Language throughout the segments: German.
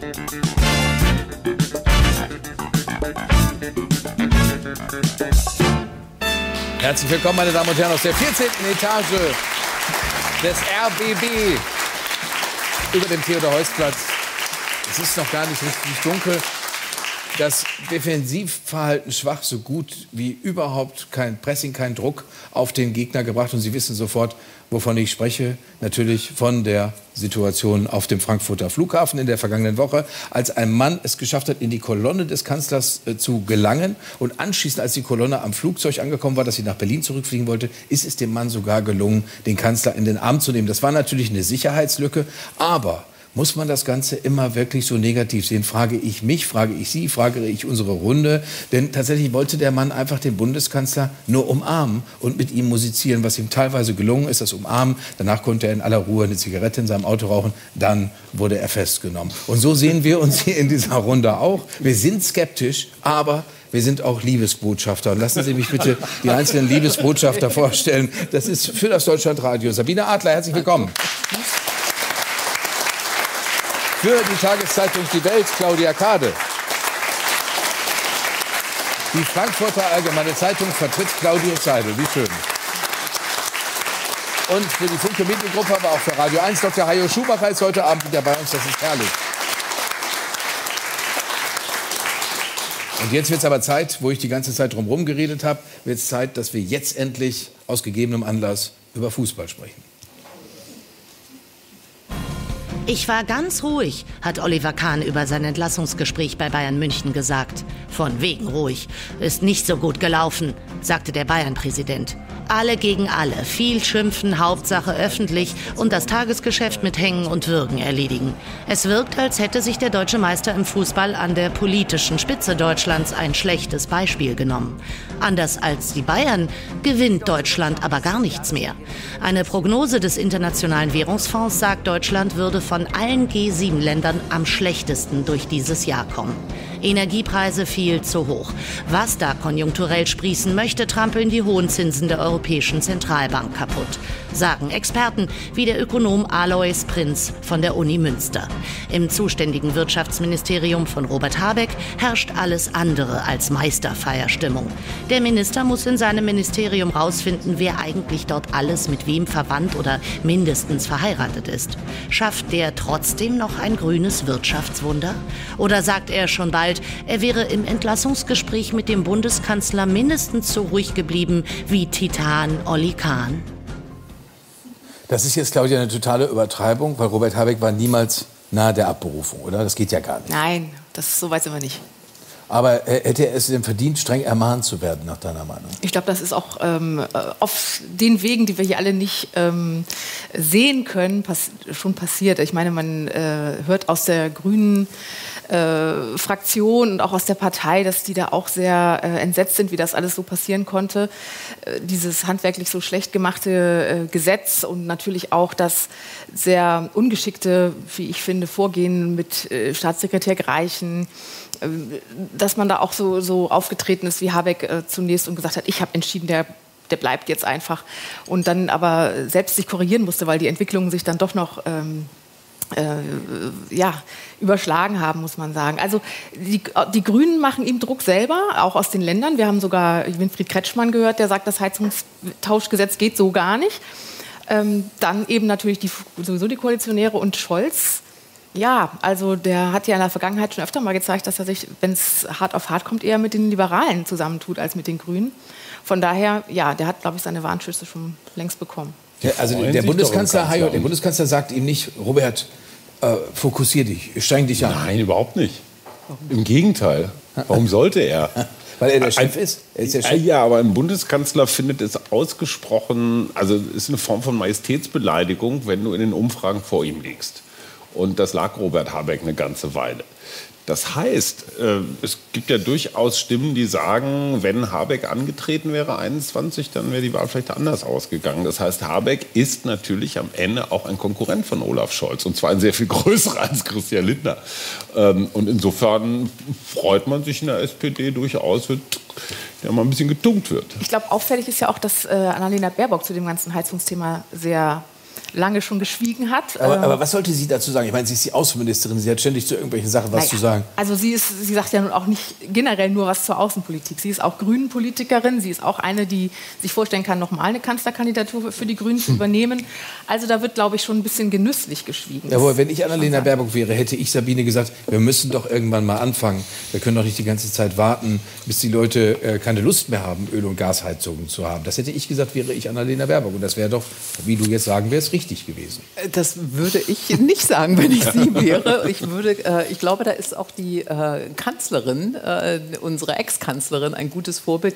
Herzlich willkommen, meine Damen und Herren, aus der 14. Etage des RBB über dem Theodor-Heuss-Platz. Es ist noch gar nicht richtig dunkel. Das Defensivverhalten schwach, so gut wie überhaupt kein Pressing, kein Druck auf den Gegner gebracht. Und Sie wissen sofort, wovon ich spreche. Natürlich von der Situation auf dem Frankfurter Flughafen in der vergangenen Woche, als ein Mann es geschafft hat, in die Kolonne des Kanzlers zu gelangen. Und anschließend, als die Kolonne am Flugzeug angekommen war, dass sie nach Berlin zurückfliegen wollte, ist es dem Mann sogar gelungen, den Kanzler in den Arm zu nehmen. Das war natürlich eine Sicherheitslücke, aber muss man das Ganze immer wirklich so negativ sehen? Frage ich mich, frage ich Sie, frage ich unsere Runde. Denn tatsächlich wollte der Mann einfach den Bundeskanzler nur umarmen und mit ihm musizieren, was ihm teilweise gelungen ist, das Umarmen. Danach konnte er in aller Ruhe eine Zigarette in seinem Auto rauchen. Dann wurde er festgenommen. Und so sehen wir uns hier in dieser Runde auch. Wir sind skeptisch, aber wir sind auch Liebesbotschafter. Und lassen Sie mich bitte die einzelnen Liebesbotschafter vorstellen. Das ist für das Deutschlandradio Sabine Adler, herzlich willkommen. Für die Tageszeitung Die Welt, Claudia Kade. Die Frankfurter Allgemeine Zeitung vertritt Claudius Seidel. Wie schön. Und für die Funke Mediengruppe, aber auch für Radio 1, Dr. Hajo Schumacher ist heute Abend wieder bei uns. Das ist herrlich. Und jetzt wird es aber Zeit, wo ich die ganze Zeit drumherum geredet habe, wird es Zeit, dass wir jetzt endlich aus gegebenem Anlass über Fußball sprechen. Ich war ganz ruhig, hat Oliver Kahn über sein Entlassungsgespräch bei Bayern München gesagt. Von wegen ruhig. Ist nicht so gut gelaufen, sagte der Bayern-Präsident. Alle gegen alle, viel schimpfen, Hauptsache öffentlich und das Tagesgeschäft mit Hängen und Würgen erledigen. Es wirkt, als hätte sich der deutsche Meister im Fußball an der politischen Spitze Deutschlands ein schlechtes Beispiel genommen. Anders als die Bayern gewinnt Deutschland aber gar nichts mehr. Eine Prognose des Internationalen Währungsfonds sagt, Deutschland würde von allen G7-Ländern am schlechtesten durch dieses Jahr kommen. Energiepreise viel zu hoch. Was da konjunkturell sprießen möchte, trampeln die hohen Zinsen der Europäischen Zentralbank kaputt, sagen Experten wie der Ökonom Alois Prinz von der Uni Münster. Im zuständigen Wirtschaftsministerium von Robert Habeck herrscht alles andere als Meisterfeierstimmung. Der Minister muss in seinem Ministerium rausfinden, wer eigentlich dort alles mit wem verwandt oder mindestens verheiratet ist. Schafft der trotzdem noch ein grünes Wirtschaftswunder? Oder sagt er schon bald, er wäre im Entlassungsgespräch mit dem Bundeskanzler mindestens so ruhig geblieben wie Titan Olli Kahn? Das ist jetzt, Claudia, eine totale Übertreibung, weil Robert Habeck war niemals nahe der Abberufung, oder? Das geht ja gar nicht. Nein, so weit sind wir nicht. Aber hätte er es denn verdient, streng ermahnt zu werden, nach deiner Meinung? Ich glaube, das ist auch auf den Wegen, die wir hier alle nicht sehen können, schon passiert. Ich meine, man hört aus der Grünen Fraktion und auch aus der Partei, dass die da auch sehr entsetzt sind, wie das alles so passieren konnte. Dieses handwerklich so schlecht gemachte Gesetz und natürlich auch das sehr ungeschickte, wie ich finde, Vorgehen mit Staatssekretär Greichen, dass man da auch so aufgetreten ist wie Habeck zunächst und gesagt hat, ich habe entschieden, der bleibt jetzt einfach. Und dann aber selbst sich korrigieren musste, weil die Entwicklungen sich dann doch noch überschlagen haben, muss man sagen. Also die Grünen machen ihm Druck selber, auch aus den Ländern. Wir haben sogar Winfried Kretschmann gehört, der sagt, das Heizungstauschgesetz geht so gar nicht. Dann eben natürlich sowieso die Koalitionäre und Scholz. Ja, also der hat ja in der Vergangenheit schon öfter mal gezeigt, dass er sich, wenn es hart auf hart kommt, eher mit den Liberalen zusammentut als mit den Grünen. Von daher, ja, der hat, glaube ich, seine Warnschüsse schon längst bekommen. Ja, also der Bundeskanzler sagt ihm nicht, Robert, fokussier dich, streng dich an. Nein, überhaupt nicht. Im Gegenteil. Warum sollte er? Weil er der Chef ist? Er ist der Chef. Ja, aber ein Bundeskanzler findet es ausgesprochen, also es ist eine Form von Majestätsbeleidigung, wenn du in den Umfragen vor ihm liegst. Und das lag Robert Habeck eine ganze Weile. Das heißt, es gibt ja durchaus Stimmen, die sagen, wenn Habeck angetreten wäre, 21, dann wäre die Wahl vielleicht anders ausgegangen. Das heißt, Habeck ist natürlich am Ende auch ein Konkurrent von Olaf Scholz. Und zwar ein sehr viel größerer als Christian Lindner. Und insofern freut man sich in der SPD durchaus, wenn ja mal ein bisschen getunkt wird. Ich glaube, auffällig ist ja auch, dass Annalena Baerbock zu dem ganzen Heizungsthema sehr lange schon geschwiegen hat. Aber was sollte sie dazu sagen? Ich meine, sie ist die Außenministerin, sie hat ständig zu irgendwelchen Sachen was zu sagen. Also sie sagt ja nun auch nicht generell nur was zur Außenpolitik. Sie ist auch Grünen-Politikerin, sie ist auch eine, die sich vorstellen kann, nochmal eine Kanzlerkandidatur für die Grünen zu übernehmen. Also da wird, glaube ich, schon ein bisschen genüsslich geschwiegen. Jawohl, wenn ich Annalena Baerbock wäre, hätte ich Sabine gesagt, wir müssen doch irgendwann mal anfangen. Wir können doch nicht die ganze Zeit warten, bis die Leute keine Lust mehr haben, Öl- und Gasheizungen zu haben. Das hätte ich gesagt, wäre ich Annalena Baerbock. Und das wäre doch, wie du jetzt sagen wirst, richtig gewesen. Das würde ich nicht sagen, wenn ich sie wäre. Ich glaube, da ist auch die Kanzlerin, unsere Ex-Kanzlerin, ein gutes Vorbild.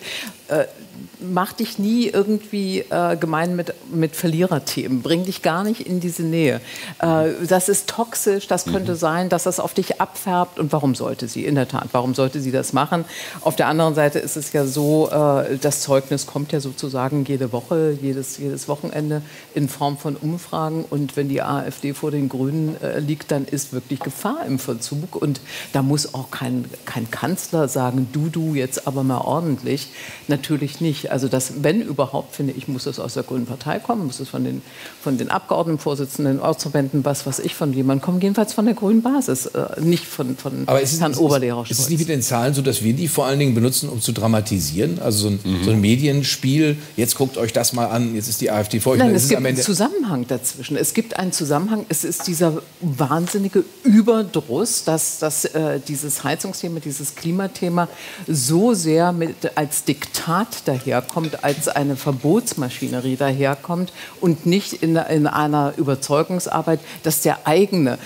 Mach dich nie irgendwie gemein mit Verliererthemen. Bring dich gar nicht in diese Nähe. Das ist toxisch, das könnte sein, dass das auf dich abfärbt. Und warum sollte sie? In der Tat, warum sollte sie das machen? Auf der anderen Seite ist es ja so, das Zeugnis kommt ja sozusagen jede Woche, jedes Wochenende in Form von Umfragen. Und wenn die AfD vor den Grünen liegt, dann ist wirklich Gefahr im Verzug. Und da muss auch kein Kanzler sagen, du jetzt aber mal ordentlich. Natürlich nicht. Also das, wenn überhaupt, finde ich, muss es aus der Grünen Partei kommen, muss es von den Abgeordnetenvorsitzenden, Ortsverbänden, was weiß ich, von jemandem kommen, jedenfalls von der grünen Basis, nicht von Herrn Oberlehrer Scholz. Ist es nicht mit den Zahlen so, dass wir die vor allen Dingen benutzen, um zu dramatisieren? Also so ein Medienspiel, jetzt guckt euch das mal an, jetzt ist die AfD vor euch. Nein, es gibt einen Zusammenhang dazwischen. Es gibt einen Zusammenhang, es ist dieser wahnsinnige Überdruss, dass dieses Heizungsthema, dieses Klimathema so sehr als Diktat daherkommt, als eine Verbotsmaschinerie daherkommt und nicht in einer Überzeugungsarbeit, dass der eigene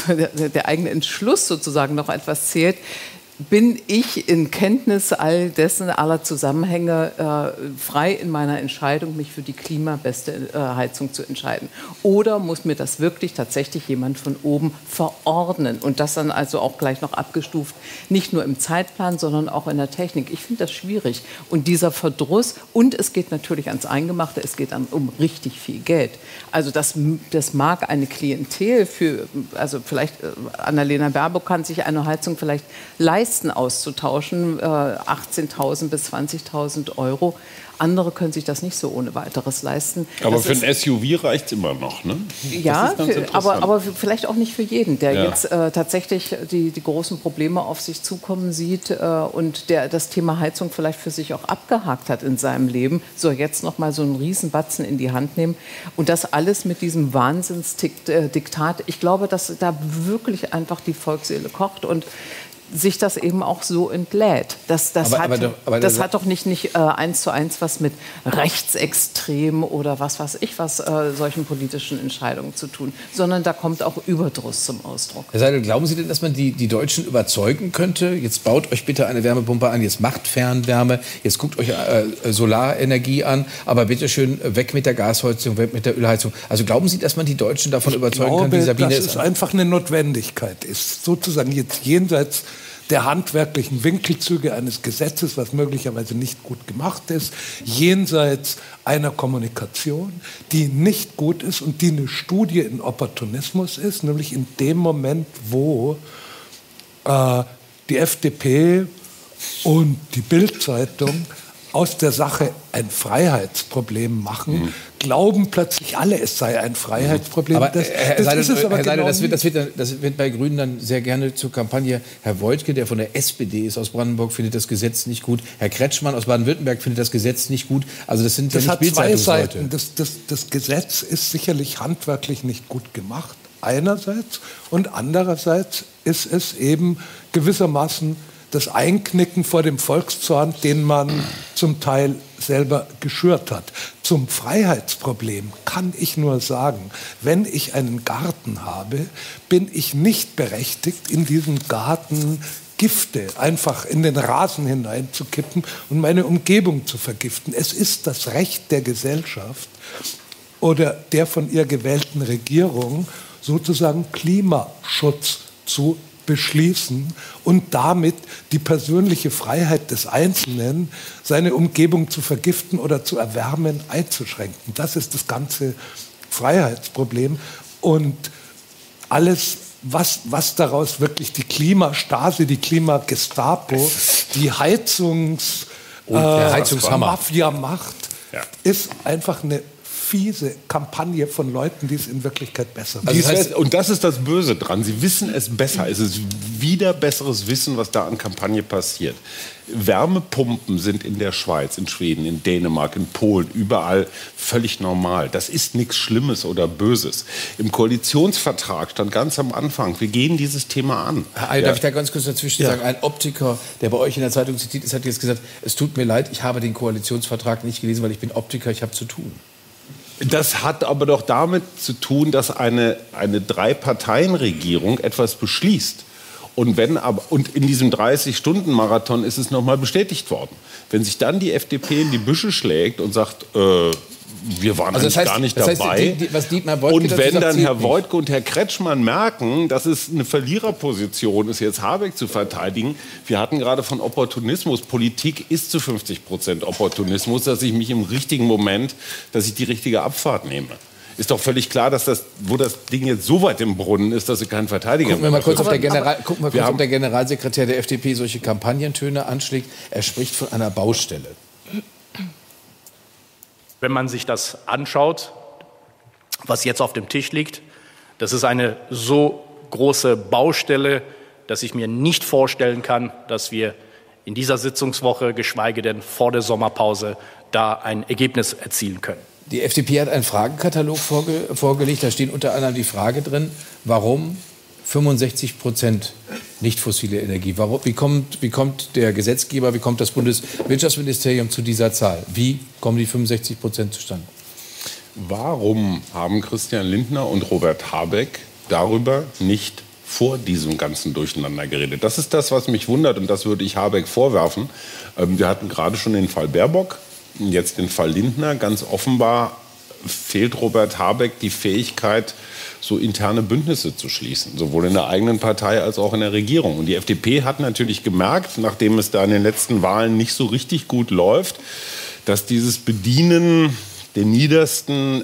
Entschluss sozusagen noch etwas zählt. Bin ich in Kenntnis aller Zusammenhänge frei in meiner Entscheidung, mich für die klimabeste Heizung zu entscheiden? Oder muss mir das wirklich tatsächlich jemand von oben verordnen? Und das dann also auch gleich noch abgestuft, nicht nur im Zeitplan, sondern auch in der Technik. Ich finde das schwierig. Und dieser Verdruss, und es geht natürlich ans Eingemachte, es geht um richtig viel Geld. Also das mag eine Klientel also vielleicht Annalena Baerbock kann sich eine Heizung vielleicht leisten, auszutauschen, 18.000 bis 20.000 Euro. Andere können sich das nicht so ohne weiteres leisten. Aber für ein SUV reicht es immer noch, ne? Ja, aber vielleicht auch nicht für jeden, der jetzt tatsächlich die großen Probleme auf sich zukommen sieht und der das Thema Heizung vielleicht für sich auch abgehakt hat in seinem Leben, soll jetzt noch mal so einen Riesenbatzen in die Hand nehmen. Und das alles mit diesem Wahnsinnsdiktat. Ich glaube, dass da wirklich einfach die Volksseele kocht und sich das eben auch so entlädt. Das hat doch nicht 1:1 was mit Rechtsextremen oder was solchen politischen Entscheidungen zu tun, sondern da kommt auch Überdruss zum Ausdruck. Herr Seidel, glauben Sie denn, dass man die Deutschen überzeugen könnte? Jetzt baut euch bitte eine Wärmepumpe an, jetzt macht Fernwärme, jetzt guckt euch Solarenergie an, aber bitte schön weg mit der Gasheizung, weg mit der Ölheizung. Also glauben Sie, dass man die Deutschen davon überzeugen kann, wie Sabine dass es einfach eine Notwendigkeit ist, sozusagen jetzt jenseits der handwerklichen Winkelzüge eines Gesetzes, was möglicherweise nicht gut gemacht ist, jenseits einer Kommunikation, die nicht gut ist und die eine Studie in Opportunismus ist, nämlich in dem Moment, wo die FDP und die Bild-Zeitung aus der Sache ein Freiheitsproblem machen, glauben plötzlich alle, es sei ein Freiheitsproblem. Aber Herr Seidel, das wird bei Grünen dann sehr gerne zur Kampagne. Herr Woidke, der von der SPD ist aus Brandenburg, findet das Gesetz nicht gut. Herr Kretschmann aus Baden-Württemberg findet das Gesetz nicht gut. Also das sind ja nicht Bild-Zeitungsleute. Das Gesetz ist sicherlich handwerklich nicht gut gemacht, einerseits. Und andererseits ist es eben gewissermaßen das Einknicken vor dem Volkszorn, den man zum Teil selber geschürt hat. Zum Freiheitsproblem kann ich nur sagen, wenn ich einen Garten habe, bin ich nicht berechtigt, in diesem Garten Gifte einfach in den Rasen hineinzukippen und meine Umgebung zu vergiften. Es ist das Recht der Gesellschaft oder der von ihr gewählten Regierung, sozusagen Klimaschutz zu beschließen und damit die persönliche Freiheit des Einzelnen, seine Umgebung zu vergiften oder zu erwärmen, einzuschränken. Das ist das ganze Freiheitsproblem. Und alles, was daraus wirklich die Klimastasi, die Klimagestapo, die Heizungsmafia macht, ist einfach eine fiese Kampagne von Leuten, die es in Wirklichkeit besser wissen. Also das heißt, und das ist das Böse dran. Sie wissen es besser. Es ist wieder besseres Wissen, was da an Kampagne passiert. Wärmepumpen sind in der Schweiz, in Schweden, in Dänemark, in Polen, überall völlig normal. Das ist nichts Schlimmes oder Böses. Im Koalitionsvertrag stand ganz am Anfang, wir gehen dieses Thema an. Herr Ay, darf ich da ganz kurz dazwischen sagen? Ein Optiker, der bei euch in der Zeitung zitiert ist, hat jetzt gesagt, es tut mir leid, ich habe den Koalitionsvertrag nicht gelesen, weil ich bin Optiker, ich habe zu tun. Das hat aber doch damit zu tun, dass eine Drei-Parteien-Regierung etwas beschließt. Und in diesem 30-Stunden-Marathon ist es nochmal bestätigt worden. Wenn sich dann die FDP in die Büsche schlägt und sagt, wir waren gar nicht dabei. Was Dietmar Woidke und wenn sagt, dann Herr Woidke und Herr Kretschmann merken, dass es eine Verliererposition ist, jetzt Habeck zu verteidigen. Wir hatten gerade von Opportunismus. Politik ist zu 50% Opportunismus, dass ich mich im richtigen Moment, dass ich die richtige Abfahrt nehme. Ist doch völlig klar, dass wo das Ding jetzt so weit im Brunnen ist, dass sie keinen Verteidiger Gucken wir mal kurz, ob der haben der Generalsekretär der FDP solche Kampagnentöne anschlägt. Er spricht von einer Baustelle. Wenn man sich das anschaut, was jetzt auf dem Tisch liegt, das ist eine so große Baustelle, dass ich mir nicht vorstellen kann, dass wir in dieser Sitzungswoche, geschweige denn vor der Sommerpause, da ein Ergebnis erzielen können. Die FDP hat einen Fragenkatalog vorgelegt. Da steht unter anderem die Frage drin, warum 65% nicht fossile Energie? Wie kommt der Gesetzgeber, wie kommt das Bundeswirtschaftsministerium zu dieser Zahl? Wie kommen die 65% zustande? Warum haben Christian Lindner und Robert Habeck darüber nicht vor diesem ganzen Durcheinander geredet? Das ist das, was mich wundert, und das würde ich Habeck vorwerfen. Wir hatten gerade schon den Fall Baerbock. Jetzt den Fall Lindner. Ganz offenbar fehlt Robert Habeck die Fähigkeit, so interne Bündnisse zu schließen, sowohl in der eigenen Partei als auch in der Regierung. Und die FDP hat natürlich gemerkt, nachdem es da in den letzten Wahlen nicht so richtig gut läuft, dass dieses Bedienen der niedersten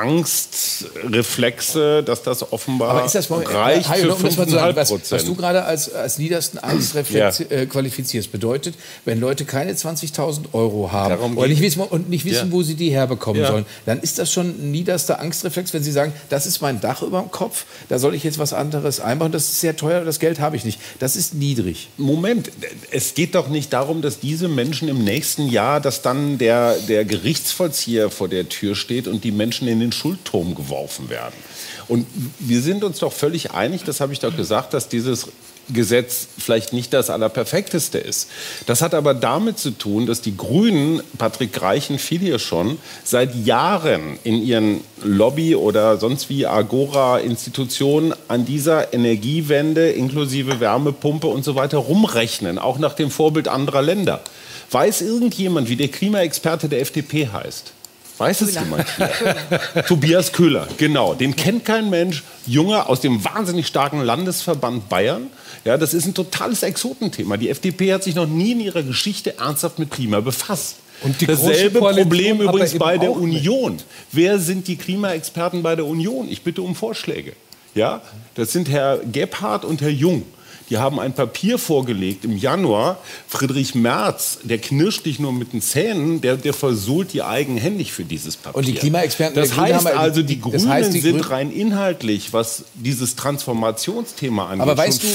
Angstreflexe, dass das offenbar reicht für 5,5%. Was du gerade als niedersten Angstreflex qualifizierst, bedeutet, wenn Leute keine 20.000 € haben oder nicht wissen, wo sie die herbekommen sollen, dann ist das schon ein niederster Angstreflex, wenn sie sagen, das ist mein Dach über dem Kopf, da soll ich jetzt was anderes einbauen, das ist sehr teuer, das Geld habe ich nicht. Das ist niedrig. Moment, es geht doch nicht darum, dass diese Menschen im nächsten Jahr, dass dann der Gerichtsvollzieher vor der Tür steht und die Menschen in den Schuldturm geworfen werden. Und wir sind uns doch völlig einig, das habe ich doch gesagt, dass dieses Gesetz vielleicht nicht das Allerperfekteste ist. Das hat aber damit zu tun, dass die Grünen, Patrick Reichen fiel hier schon, seit Jahren in ihren Lobby- oder sonst wie Agora-Institutionen an dieser Energiewende inklusive Wärmepumpe und so weiter rumrechnen, auch nach dem Vorbild anderer Länder. Weiß irgendjemand, wie der Klimaexperte der FDP heißt? Weiß es jemand hier? Tobias Köhler, genau. Den kennt kein Mensch. Junger aus dem wahnsinnig starken Landesverband Bayern. Ja, das ist ein totales Exotenthema. Die FDP hat sich noch nie in ihrer Geschichte ernsthaft mit Klima befasst. Und dasselbe Problem übrigens bei der Union. Wer sind die Klimaexperten bei der Union? Ich bitte um Vorschläge. Ja, das sind Herr Gebhardt und Herr Jung. Die haben ein Papier vorgelegt im Januar. Friedrich Merz, der knirscht nicht nur mit den Zähnen, der versohlt die eigenhändig für dieses Papier. Und die Klimaexperten das heißt also, die Grünen sind rein inhaltlich, was dieses Transformationsthema angeht, aber weißt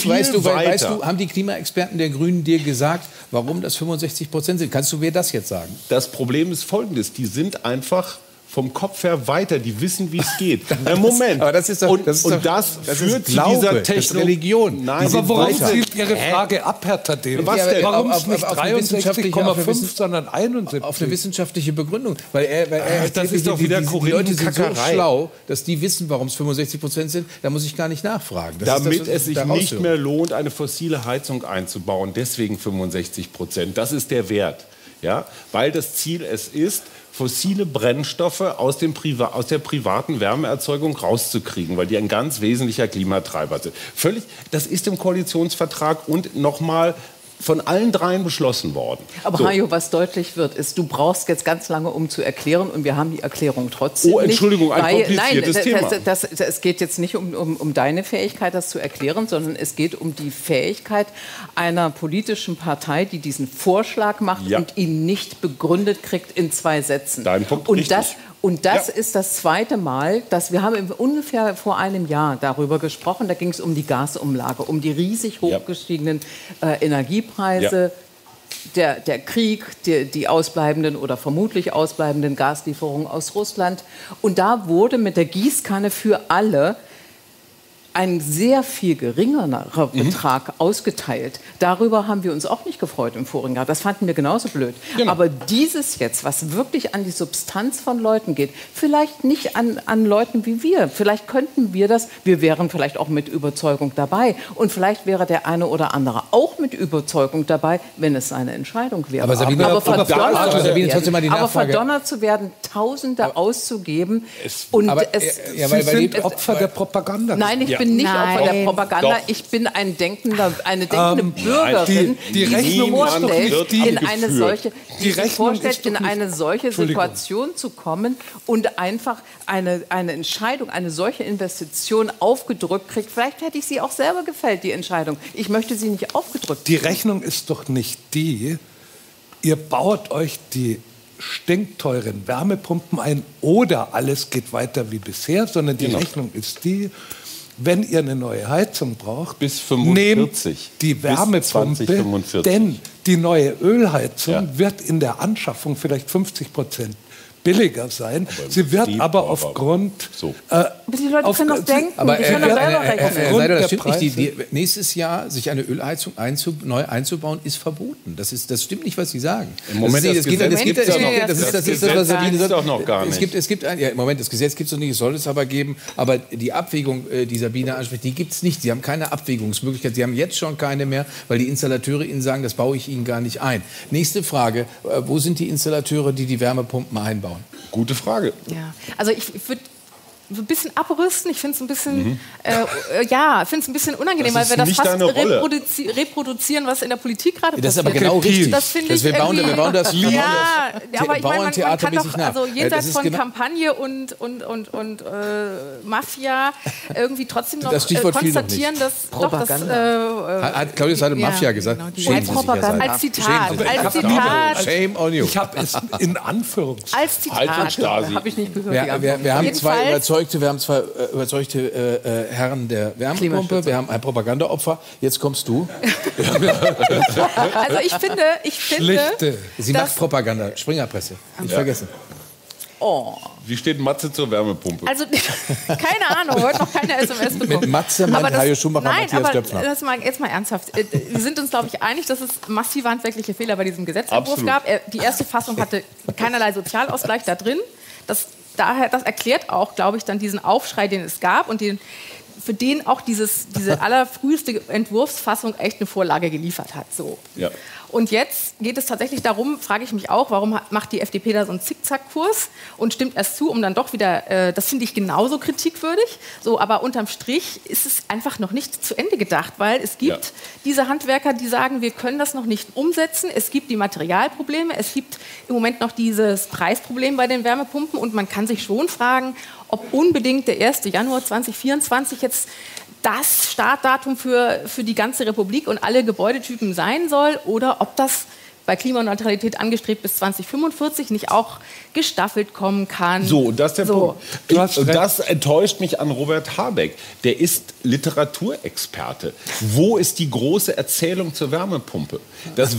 du, haben die Klimaexperten der Grünen dir gesagt, warum das 65% sind? Kannst du mir das jetzt sagen? Das Problem ist folgendes, die sind einfach vom Kopf her weiter, die wissen, wie es geht. Moment. Aber das ist doch, das führt zu dieser Technologie. Religion. Nein, aber warum zielt Ihre Frage ab, Herr Tadeu? Was denn? Warum ist nicht 63,5, sondern 71? Auf eine wissenschaftliche Begründung. Weil er das ist doch wieder die Leute sind so schlau, dass die wissen, warum es 65% sind. Da muss ich gar nicht nachfragen. Damit es sich nicht mehr lohnt, eine fossile Heizung einzubauen. Deswegen 65%. Das ist der Wert. Ja? Weil das Ziel es ist, fossile Brennstoffe aus der privaten Wärmeerzeugung rauszukriegen, weil die ein ganz wesentlicher Klimatreiber sind. Das ist im Koalitionsvertrag und nochmal von allen dreien beschlossen worden. Aber Hajo, was deutlich wird, ist, du brauchst jetzt ganz lange, um zu erklären, und wir haben die Erklärung trotzdem nicht. Entschuldigung, ein kompliziertes Thema. Es geht jetzt nicht um deine Fähigkeit, das zu erklären, sondern es geht um die Fähigkeit einer politischen Partei, die diesen Vorschlag macht und ihn nicht begründet kriegt in 2 Sätzen. Dein Punkt, und richtig. Und das ist das zweite Mal, dass wir haben ungefähr vor einem Jahr darüber gesprochen. Da ging es um die Gasumlage, um die riesig hochgestiegenen Energiepreise. Der Krieg, die ausbleibenden oder vermutlich ausbleibenden Gaslieferungen aus Russland. Und da wurde mit der Gießkanne für alle ein sehr viel geringerer Betrag ausgeteilt. Darüber haben wir uns auch nicht gefreut im vorigen Jahr. Das fanden wir genauso blöd. Genau. Aber dieses jetzt, was wirklich an die Substanz von Leuten geht, vielleicht nicht an Leuten wie wir. Vielleicht könnten wir das, wir wären vielleicht auch mit Überzeugung dabei. Und vielleicht wäre der eine oder andere auch mit Überzeugung dabei, wenn es seine Entscheidung wäre. Aber Sabine, verdonnert zu werden, Tausende auszugeben. Sie sind Opfer der Propaganda. Nein, ich bin nicht Opfer der Propaganda. Doch. Ich bin eine denkende Bürgerin, die Rechnung vorstellt, in eine solche Situation zu kommen und einfach eine Entscheidung, eine solche Investition aufgedrückt kriegt. Vielleicht hätte ich sie auch selber gefällt, die Entscheidung. Ich möchte sie nicht aufgedrückt. Die Rechnung ist doch nicht die, ihr baut euch die stinkteuren Wärmepumpen ein oder alles geht weiter wie bisher, sondern die Rechnung ist die, wenn ihr eine neue Heizung braucht, bis 45, nehmt die Wärmepumpe, bis 2045. Denn die neue Ölheizung wird in der Anschaffung vielleicht 50% billiger sein. Sie wird aber aufgrund... die Leute können doch denken, aber die können doch selber rechnen. Das stimmt nicht. Nächstes Jahr sich eine Ölheizung neu einzubauen, ist verboten. Das stimmt nicht, was Sie sagen. Im Moment das doch noch gar nicht. Das Gesetz gibt es noch nicht, es soll es aber geben. Aber die Abwägung, die Sabine anspricht, die gibt es nicht. Sie haben keine Abwägungsmöglichkeit. Sie haben jetzt schon keine mehr, weil die Installateure Ihnen sagen, das baue ich Ihnen gar nicht ein. Nächste Frage, wo sind die Installateure, die Wärmepumpen einbauen? Gute Frage. Ja, also ich würde ein bisschen abrüsten. Ich finde es ein bisschen, ein bisschen unangenehm, weil wir das fast reproduzieren, was in der Politik gerade passiert. Das ist aber genau richtig. Das finde ich wir bauen das aber ich meine, man kann doch, also jenseits von genau Kampagne und Mafia irgendwie trotzdem noch konstatieren, dass hat Claudia Seidel Mafia gesagt? Als Zitat. Shame on you. Ich habe es in Anführungszeichen. Als Zitat. Habe ich nicht gehört. Wir haben zwei überzeugte Herren der Wärmepumpe. Wir haben ein Propagandaopfer. Jetzt kommst du. Also ich finde, Sie macht Propaganda. Springerpresse. Nicht vergessen. Wie steht Matze zur Wärmepumpe? Also, keine Ahnung, heute noch keine SMS bekommen. Mit Matze meint Hajo Schumacher, Matthias Döpfner. Jetzt mal ernsthaft. Wir sind uns, glaube ich, einig, dass es massive handwerkliche Fehler bei diesem Gesetzentwurf gab. Die erste Fassung hatte keinerlei Sozialausgleich da drin. Das erklärt auch, glaube ich, dann diesen Aufschrei, den es gab und für den auch diese allerfrüheste Entwurfsfassung echt eine Vorlage geliefert hat. So. Ja. Und jetzt geht es tatsächlich darum, frage ich mich auch, warum macht die FDP da so einen Zickzackkurs und stimmt erst zu, um dann doch wieder, das finde ich genauso kritikwürdig, so, aber unterm Strich ist es einfach noch nicht zu Ende gedacht, weil es gibt diese Handwerker, die sagen, wir können das noch nicht umsetzen, es gibt die Materialprobleme, es gibt im Moment noch dieses Preisproblem bei den Wärmepumpen und man kann sich schon fragen, ob unbedingt der 1. Januar 2024 jetzt das Startdatum für die ganze Republik und alle Gebäudetypen sein soll oder ob das bei Klimaneutralität angestrebt bis 2045 nicht auch gestaffelt kommen kann. So, und das ist der Punkt. Und das enttäuscht mich an Robert Habeck. Der ist Literaturexperte. Wo ist die große Erzählung zur Wärmepumpe? Das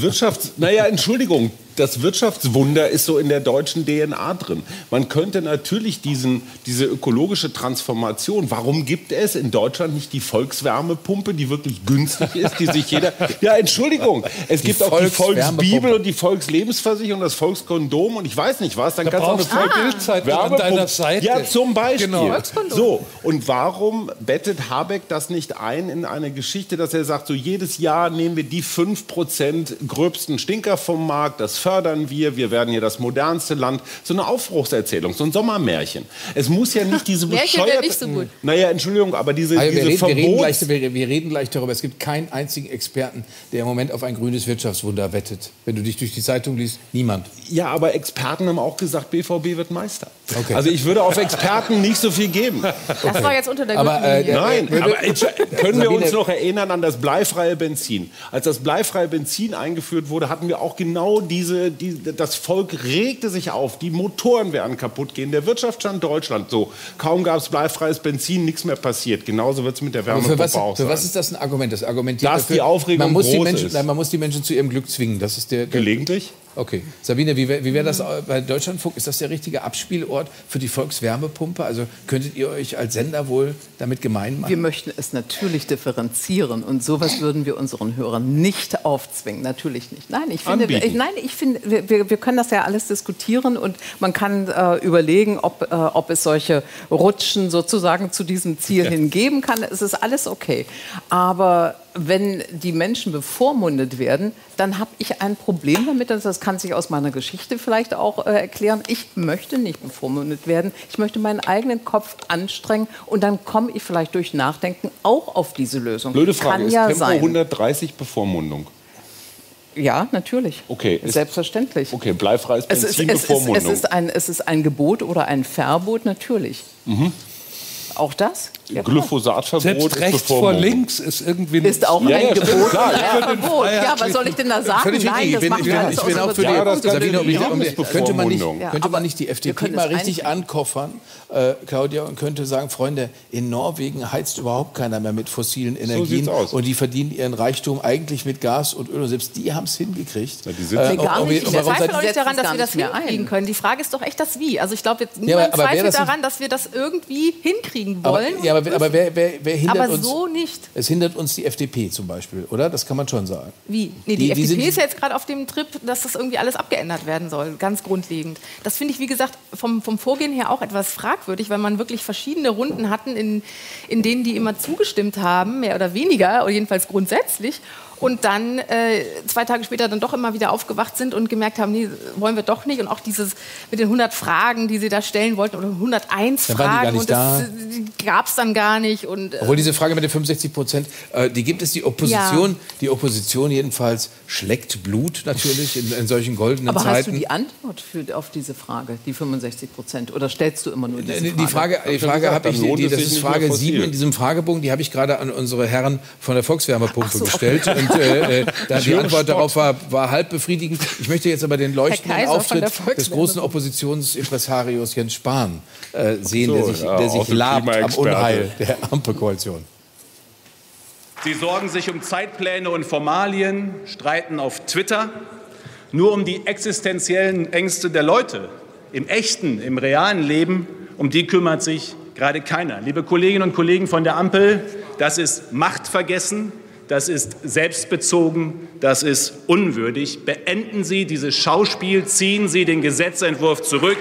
Wirtschaftswunder ist so in der deutschen DNA drin. Man könnte natürlich diese ökologische Transformation, warum gibt es in Deutschland nicht die Volkswärmepumpe, die wirklich günstig ist, die sich jeder... Ja, Entschuldigung, es gibt auch die Volksbibel und die Volkslebensversicherung, das Volkskondom und ich weiß nicht was, dann kannst du auch eine Volkswärmepumpe an deiner Seite. Ja, zum Beispiel. Genau. So, und warum bettet Habeck das nicht ein in eine Geschichte, dass er sagt, so jedes Jahr nehmen wir die 5% gröbsten Stinker vom Markt, das fördern wir werden hier das modernste Land. So eine Aufbruchserzählung, so ein Sommermärchen. Es muss ja nicht diese bescheuerte... nicht so gut. Naja, Entschuldigung, aber wir reden gleich darüber. Es gibt keinen einzigen Experten, der im Moment auf ein grünes Wirtschaftswunder wettet. Wenn du dich durch die Zeitung liest, niemand. Ja, aber Experten haben auch gesagt, BVB wird Meister. Okay. Also ich würde auf Experten nicht so viel geben. Das war jetzt unter der Gürtellinie. Nein, aber können wir uns noch erinnern an das bleifreie Benzin? Als das bleifreie Benzin eingeführt wurde, hatten wir auch genau diese das Volk regte sich auf, die Motoren werden kaputt gehen, der Wirtschaftsstand Deutschland, so, kaum gab es bleifreies Benzin, nichts mehr passiert. Genauso wird es mit der Wärmepumpe auch sein. Für was ist das ein Argument? Das argumentiert dass dafür, die Aufregung groß ist. Nein, man muss die Menschen zu ihrem Glück zwingen. Das ist der Gelegentlich. Okay. Sabine, wie wäre das bei Deutschlandfunk? Ist das der richtige Abspielort für die Volkswärmepumpe? Also könntet ihr euch als Sender wohl damit gemein machen? Wir möchten es natürlich differenzieren und sowas würden wir unseren Hörern nicht aufzwingen. Natürlich nicht. Nein, ich finde, wir können das ja alles diskutieren und man kann überlegen, ob es solche Rutschen sozusagen zu diesem Ziel hingeben kann. Es ist alles okay. Aber wenn die Menschen bevormundet werden, dann habe ich ein Problem damit. Das kann sich aus meiner Geschichte vielleicht auch erklären. Ich möchte nicht bevormundet werden. Ich möchte meinen eigenen Kopf anstrengen und dann komme ich vielleicht durch Nachdenken auch auf diese Lösung. Blöde Frage, kann ist ja Tempo sein. 130 Bevormundung? Ja, natürlich. Okay. Selbstverständlich. Okay, bleifreies Benzin, Bevormundung. Es ist ein Gebot oder ein Verbot, natürlich. Auch das? Ja, Glyphosatverbot Selbst ist rechts vor Bevormundung. links ist irgendwie ist auch Ja, ein ja, Gebot klar, oder ein Verbot. Ja, was soll ich denn da sagen? Völlig Nein, das machen wir alles ich bin aus auch für die Ja, das Sabine, ist könnte man nicht, Bevormundung. könnte man nicht die FDP können mal es richtig ankoffern, Claudia, und könnte sagen, Freunde, in Norwegen heizt überhaupt keiner mehr mit fossilen Energien sieht's aus. und die verdienen ihren Reichtum eigentlich mit Gas und Öl und selbst die haben es hingekriegt. Ja, die sitzen gar nicht. und Der warum Ich seid- zweifle auch nicht daran, dass wir das Setzen es gar nicht mehr hinkriegen ein. können. Die Frage ist doch echt das Wie. Also ich glaube, Ja, niemand aber wer zweifelt das nicht- daran, dass wir das irgendwie hinkriegen aber, wollen. ja, aber wer hindert Aber uns? so nicht. Es hindert uns die FDP zum Beispiel, oder? Das kann man schon sagen. Wie? Nee, die Die sind- FDP ist ja jetzt gerade auf dem Trip, dass das irgendwie alles abgeändert werden soll, ganz grundlegend. Das finde ich, wie gesagt, vom Vorgehen her auch etwas fragwürdig, weil man wirklich verschiedene Runden hatten, in denen die immer zugestimmt haben, mehr oder weniger, oder jedenfalls grundsätzlich. Und dann 2 Tage später dann doch immer wieder aufgewacht sind und gemerkt haben, nee, wollen wir doch nicht. Und auch dieses mit den 100 Fragen, die sie da stellen wollten, oder 101 Dann waren die gar Fragen. nicht Und da. das gab es dann gar nicht. Und, Obwohl diese Frage mit den 65%, die gibt es, die Opposition. Die Opposition jedenfalls schleckt Blut natürlich in solchen goldenen Aber Zeiten. hast du die Antwort auf diese Frage, die 65%? Oder stellst du immer nur diese Frage? Die Frage habe ich, Dann lohnt es das sich ist nicht Frage mehr 7 fossil. in diesem Fragebogen, die habe ich gerade an unsere Herren von der Volkswärmepumpe gestellt. Und da die Antwort darauf war halb befriedigend. Ich möchte jetzt aber den leuchtenden Herr Kaiser von Auftritt der des Volkswärmepumpe. großen Oppositionsimpresarios Jens Spahn sehen, So, der sich auch der labt am Klimaexperte. Unheil der Ampelkoalition. Sie sorgen sich um Zeitpläne und Formalien, streiten auf Twitter, nur um die existenziellen Ängste der Leute. Im echten, im realen Leben, um die kümmert sich gerade keiner. Liebe Kolleginnen und Kollegen von der Ampel, das ist Machtvergessen, das ist selbstbezogen, das ist unwürdig. Beenden Sie dieses Schauspiel, ziehen Sie den Gesetzentwurf zurück.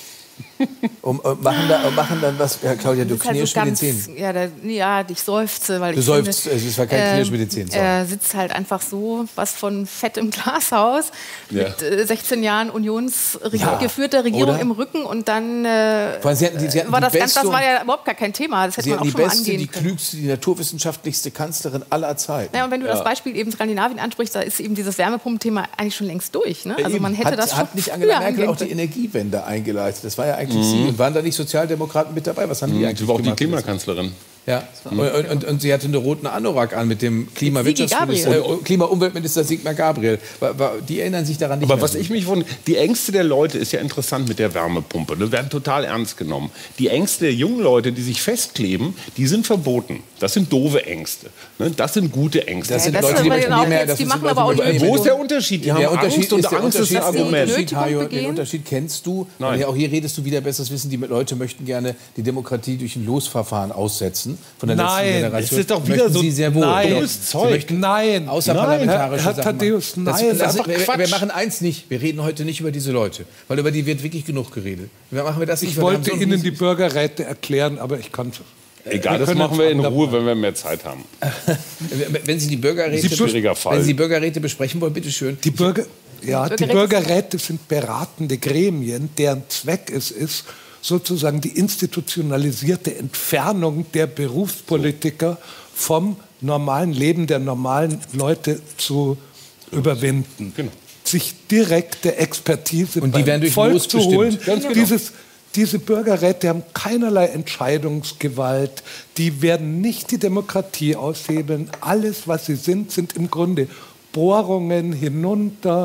Machen dann was, Claudia, du Das ist halt knirschst so mit den ganz, Zähnen. ja, ich seufze, weil Du ich seufzt, finde, es war kein Knirsch mit den Zähnen. sorry. Er sitzt halt einfach so was von Fett im Glashaus mit 16 Jahren geführter Regierung oder? im Rücken und dann Vor allem, Sie hatten war die das war ja überhaupt gar kein Thema. Das hätte Sie man hatten auch die schon mal beste, angehen die können. klügste, die naturwissenschaftlichste Kanzlerin aller Zeiten. Ja, und wenn du das Beispiel eben Skandinavien ansprichst, da ist eben dieses Wärmepumpenthema eigentlich schon längst durch. Ne? Also man hätte das schon hat nicht Angela früher Merkel angehen auch die können. Energiewende eingeleitet? Das war ja eigentlich sie. Und waren da nicht Sozialdemokraten mit dabei? Was haben die eigentlich Sie war auch die gemacht? Klimakanzlerin. Ja. Und sie hatte einen roten Anorak an mit dem Sigi Klima-Umweltminister Sigmar Gabriel. Die erinnern sich daran nicht Aber mehr was so. ich mich wundere, die Ängste der Leute ist ja interessant mit der Wärmepumpe. Die werden total ernst genommen. Die Ängste der jungen Leute, die sich festkleben, die sind verboten. Das sind doofe Ängste. Ne? Das sind gute Ängste. Das sind das Leute, ist die aber möchten auch nie mehr. jetzt, Das die sind machen Leute, aber auch die die möchten- Wo ist der Unterschied? Die haben Angst und Angst ist ein Argument. begehen? Den Unterschied kennst du. Nein. Und auch hier redest du wieder besseres Wissen. Die Leute möchten gerne die Demokratie durch ein Losverfahren aussetzen. Von der letzten Nein, Generation. es ist doch wieder Möchten so Sie sehr wohl. Nein. Doch. Dummes Sie Zeug. möchten Nein. außerparlamentarische Herr Sachen Thaddeus, machen. nein, das ist doch wir Quatsch. machen eins nicht. Wir reden heute nicht über diese Leute. Weil über die wird wirklich genug geredet. Machen wir das nicht, Ich weil wir wollte haben so ein Ihnen die riesiges- Bürgerräte erklären, aber ich kann Egal, das können machen wir in es Ruhe, wenn wir mehr Zeit haben. Wenn Sie die Bürgerräte, Schwieriger Fall. wenn Sie die Bürgerräte besprechen wollen, bitteschön. Die Bürgerräte sind beratende Gremien, deren Zweck es ist, sozusagen die institutionalisierte Entfernung der Berufspolitiker vom normalen Leben der normalen Leute zu überwinden. Genau. Sich direkte Expertise Und die beim werden durch Volk Los zu bestimmt. holen. Ganz genau. Diese Bürgerräte haben keinerlei Entscheidungsgewalt. Die werden nicht die Demokratie aushebeln. Alles, was sie sind, sind im Grunde Bohrungen hinunter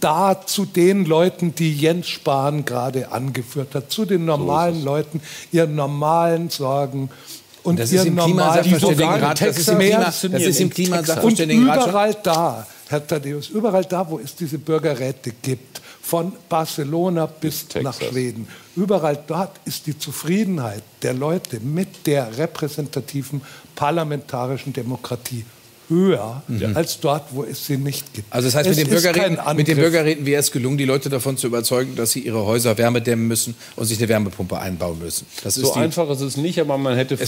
da zu den Leuten, die Jens Spahn gerade angeführt hat, zu den normalen Leuten, ihren normalen Sorgen. Und das ist im Klimasachverständigenrat. Das ist im Klimasachverständigenrat. Und überall da, Herr Thaddäus, überall da, wo es diese Bürgerräte gibt, von Barcelona bis nach Schweden, überall dort ist die Zufriedenheit der Leute mit der repräsentativen parlamentarischen Demokratie höher als dort, wo es sie nicht gibt. Also das heißt, mit den Bürgerräten wäre es gelungen, die Leute davon zu überzeugen, dass sie ihre Häuser Wärme dämmen müssen und sich eine Wärmepumpe einbauen müssen. Das ist so einfach ist es nicht, aber man hätte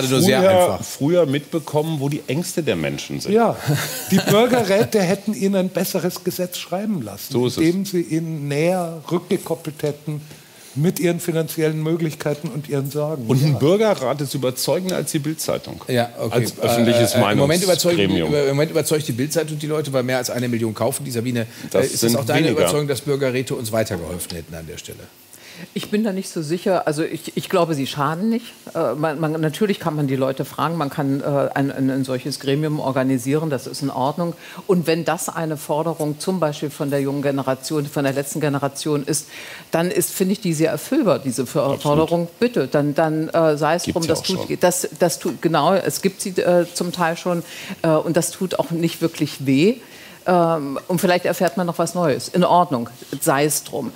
früher mitbekommen, wo die Ängste der Menschen sind. Ja, die Bürgerräte hätten ihnen ein besseres Gesetz schreiben lassen, indem sie ihnen näher rückgekoppelt hätten mit ihren finanziellen Möglichkeiten und ihren Sorgen. Und ein Bürgerrat ist überzeugender als die Bild-Zeitung. Ja, okay. Als öffentliches Meinungsgremium. Im Moment überzeugt die Bild-Zeitung die Leute, weil mehr als 1 Million kaufen. Die Sabine, ist es auch deine Überzeugung, dass Bürgerräte uns weitergeholfen hätten an der Stelle? Ich bin da nicht so sicher. Also ich glaube, sie schaden nicht. Natürlich kann man die Leute fragen, man kann ein solches Gremium organisieren, das ist in Ordnung. Und wenn das eine Forderung zum Beispiel von der jungen Generation, von der letzten Generation ist, dann finde ich die sehr erfüllbar, diese Forderung. Bitte, dann sei es drum, das tut genau, es gibt sie zum Teil schon und das tut auch nicht wirklich weh. Und vielleicht erfährt man noch was Neues. In Ordnung, sei es drum.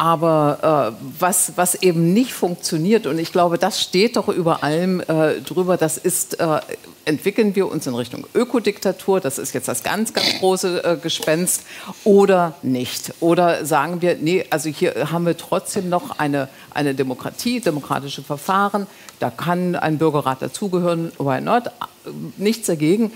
Aber was eben nicht funktioniert, und ich glaube, das steht doch über allem drüber, das ist, entwickeln wir uns in Richtung Ökodiktatur, das ist jetzt das ganz, ganz große Gespenst, oder nicht. Oder sagen wir, nee, also hier haben wir trotzdem noch eine Demokratie, demokratische Verfahren, da kann ein Bürgerrat dazugehören, why not? Nichts dagegen,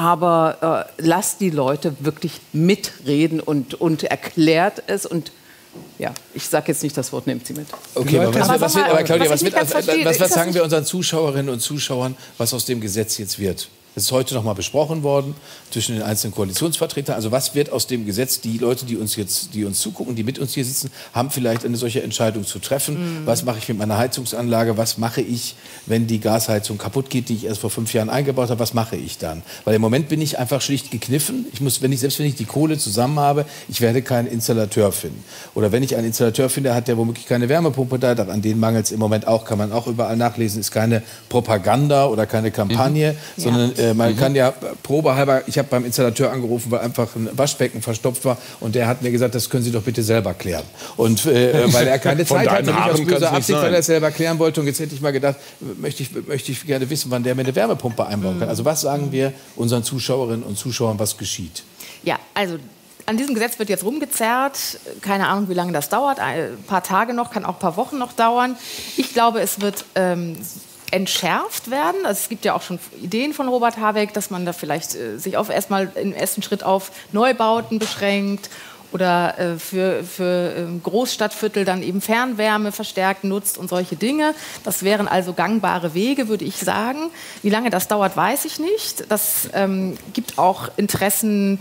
aber lasst die Leute wirklich mitreden und erklärt es und ja, ich sage jetzt nicht das Wort, nehmt sie mit. Okay, aber Claudia, was sagen wir unseren Zuschauerinnen und Zuschauern, was aus dem Gesetz jetzt wird? Es ist heute noch mal besprochen worden zwischen den einzelnen Koalitionsvertretern. Also was wird aus dem Gesetz? Die Leute, die uns zugucken, die mit uns hier sitzen, haben vielleicht eine solche Entscheidung zu treffen. Was mache ich mit meiner Heizungsanlage? Was mache ich, wenn die Gasheizung kaputt geht, die ich erst vor 5 Jahren eingebaut habe? Was mache ich dann? Weil im Moment bin ich einfach schlicht gekniffen. Selbst wenn ich die Kohle zusammen habe, ich werde keinen Installateur finden. Oder wenn ich einen Installateur finde, hat der womöglich keine Wärmepumpe da. An denen mangelt es im Moment auch, kann man auch überall nachlesen. Ist keine Propaganda oder keine Kampagne, sondern man kann ja probehalber, ich habe beim Installateur angerufen, weil einfach ein Waschbecken verstopft war und der hat mir gesagt, das können Sie doch bitte selber klären. Und weil er keine Zeit hatte, nicht aus böser Absicht, weil er es selber klären wollte. Und jetzt hätte ich mal gedacht, möchte ich gerne wissen, wann der mir eine Wärmepumpe einbauen kann. Also was sagen wir unseren Zuschauerinnen und Zuschauern, was geschieht? Ja, also an diesem Gesetz wird jetzt rumgezerrt. Keine Ahnung, wie lange das dauert. Ein paar Tage noch, kann auch ein paar Wochen noch dauern. Ich glaube, es wird entschärft werden. Also es gibt ja auch schon Ideen von Robert Habeck, dass man da vielleicht sich erstmal im ersten Schritt auf Neubauten beschränkt oder für Großstadtviertel dann eben Fernwärme verstärkt nutzt und solche Dinge. Das wären also gangbare Wege, würde ich sagen. Wie lange das dauert, weiß ich nicht. Das gibt auch Interessen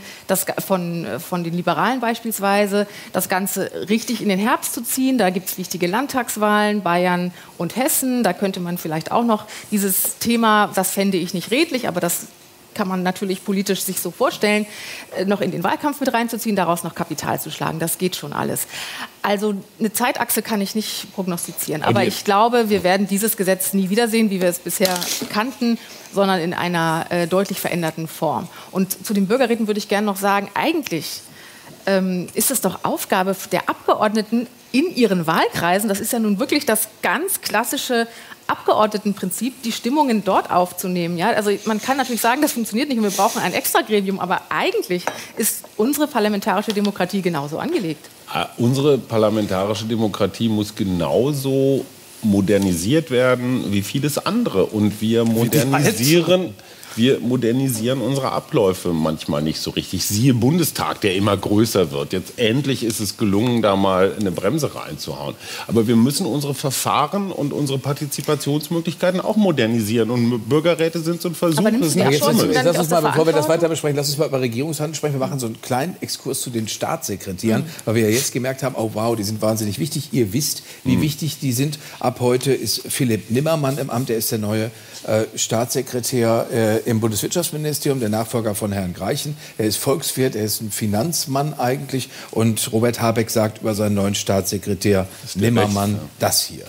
von den Liberalen beispielsweise, das Ganze richtig in den Herbst zu ziehen. Da gibt es wichtige Landtagswahlen, Bayern und Hessen. Da könnte man vielleicht auch noch dieses Thema, das fände ich nicht redlich, aber das kann man natürlich politisch sich so vorstellen, noch in den Wahlkampf mit reinzuziehen, daraus noch Kapital zu schlagen. Das geht schon alles. Also eine Zeitachse kann ich nicht prognostizieren. Aber ich glaube, wir werden dieses Gesetz nie wiedersehen, wie wir es bisher kannten, sondern in einer deutlich veränderten Form. Und zu den Bürgerräten würde ich gerne noch sagen, eigentlich ist es doch Aufgabe der Abgeordneten in ihren Wahlkreisen, das ist ja nun wirklich das ganz klassische Abgeordnetenprinzip, die Stimmungen dort aufzunehmen. Ja? Also man kann natürlich sagen, das funktioniert nicht und wir brauchen ein Extragremium, aber eigentlich ist unsere parlamentarische Demokratie genauso angelegt. Unsere parlamentarische Demokratie muss genauso modernisiert werden wie vieles andere. Und wir modernisieren unsere Abläufe manchmal nicht so richtig. Siehe Bundestag, der immer größer wird. Jetzt endlich ist es gelungen, da mal eine Bremse reinzuhauen. Aber wir müssen unsere Verfahren und unsere Partizipationsmöglichkeiten auch modernisieren. Und Bürgerräte sind so ein Versuch. Lass uns mal, bevor wir das weiter besprechen, lass uns mal über Regierungshandeln sprechen. Wir machen so einen kleinen Exkurs zu den Staatssekretären, weil wir ja jetzt gemerkt haben, oh wow, die sind wahnsinnig wichtig. Ihr wisst, wie wichtig die sind. Ab heute ist Philipp Nimmermann im Amt. Er ist der neue Staatssekretär im Bundeswirtschaftsministerium, der Nachfolger von Herrn Greichen. Er ist Volkswirt, er ist ein Finanzmann eigentlich. Und Robert Habeck sagt über seinen neuen Staatssekretär Nimmermann das hier.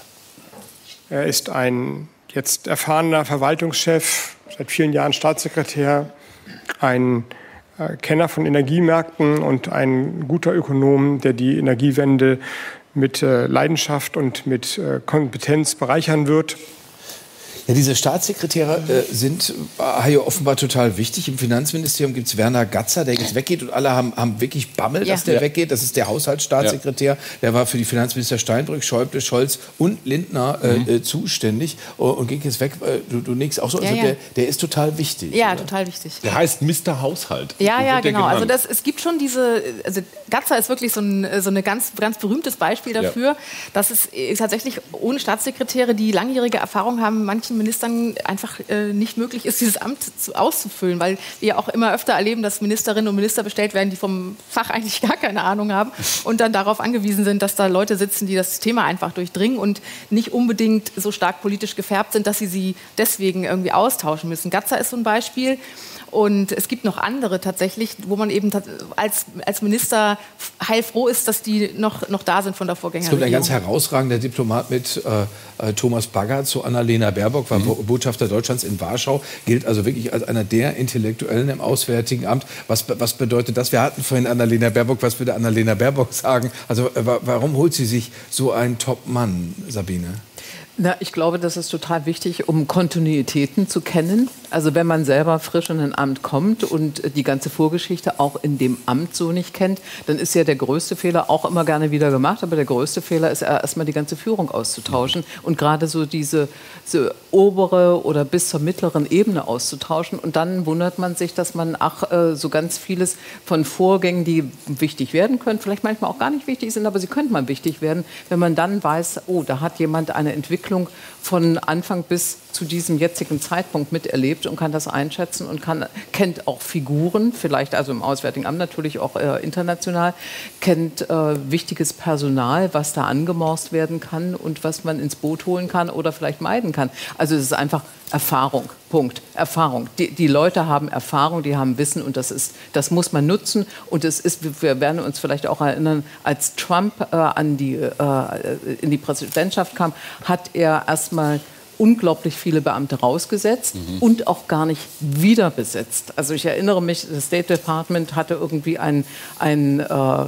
Er ist ein jetzt erfahrener Verwaltungschef, seit vielen Jahren Staatssekretär, ein Kenner von Energiemärkten und ein guter Ökonom, der die Energiewende mit Leidenschaft und mit Kompetenz bereichern wird. Ja, diese Staatssekretäre sind hier offenbar total wichtig. Im Finanzministerium gibt es Werner Gatzer, der jetzt weggeht. Und alle haben wirklich Bammel, dass der weggeht. Das ist der Haushaltsstaatssekretär. Der war für die Finanzminister Steinbrück, Schäuble, Scholz und Lindner zuständig. Und geht jetzt weg. Du nix auch so. Also der ist total wichtig. Ja, oder? Total wichtig. Der heißt Mr. Haushalt. Ja, genau. Also es gibt schon also Gatzer ist wirklich so ein ganz berühmtes Beispiel dafür, dass es tatsächlich ohne Staatssekretäre, die langjährige Erfahrung haben, manchen Ministern einfach nicht möglich ist, dieses Amt auszufüllen, weil wir auch immer öfter erleben, dass Ministerinnen und Minister bestellt werden, die vom Fach eigentlich gar keine Ahnung haben und dann darauf angewiesen sind, dass da Leute sitzen, die das Thema einfach durchdringen und nicht unbedingt so stark politisch gefärbt sind, dass sie deswegen irgendwie austauschen müssen. Gatzer ist so ein Beispiel. Und es gibt noch andere tatsächlich, wo man eben als Minister heilfroh ist, dass die noch da sind von der Vorgängerregierung. Es gibt ein ganz herausragender Diplomat mit Thomas Bagger zu Annalena Baerbock, war Botschafter Deutschlands in Warschau, gilt also wirklich als einer der Intellektuellen im Auswärtigen Amt. Was bedeutet das? Wir hatten vorhin Annalena Baerbock. Was würde Annalena Baerbock sagen? Also warum holt sie sich so einen Top-Mann, Sabine? Na, ich glaube, das ist total wichtig, um Kontinuitäten zu kennen. Also wenn man selber frisch in ein Amt kommt und die ganze Vorgeschichte auch in dem Amt so nicht kennt, dann ist ja der größte Fehler auch immer gerne wieder gemacht, aber der größte Fehler ist erstmal die ganze Führung auszutauschen und gerade so diese obere oder bis zur mittleren Ebene auszutauschen. Und dann wundert man sich, dass man so ganz vieles von Vorgängen, die wichtig werden können, vielleicht manchmal auch gar nicht wichtig sind, aber sie könnten mal wichtig werden, wenn man dann weiß, oh, da hat jemand eine Entwicklung von Anfang bis zu diesem jetzigen Zeitpunkt miterlebt und kann das einschätzen und kennt auch Figuren, vielleicht also im Auswärtigen Amt natürlich auch international, kennt wichtiges Personal, was da angemorst werden kann und was man ins Boot holen kann oder vielleicht meiden kann. Also es ist einfach Erfahrung, Punkt. Erfahrung. Die Leute haben Erfahrung, die haben Wissen und das muss man nutzen. Und wir werden uns vielleicht auch erinnern, als Trump in die Präsidentschaft kam, hat er erstmal unglaublich viele Beamte rausgesetzt und auch gar nicht wieder besetzt. Also ich erinnere mich, das State Department hatte irgendwie eine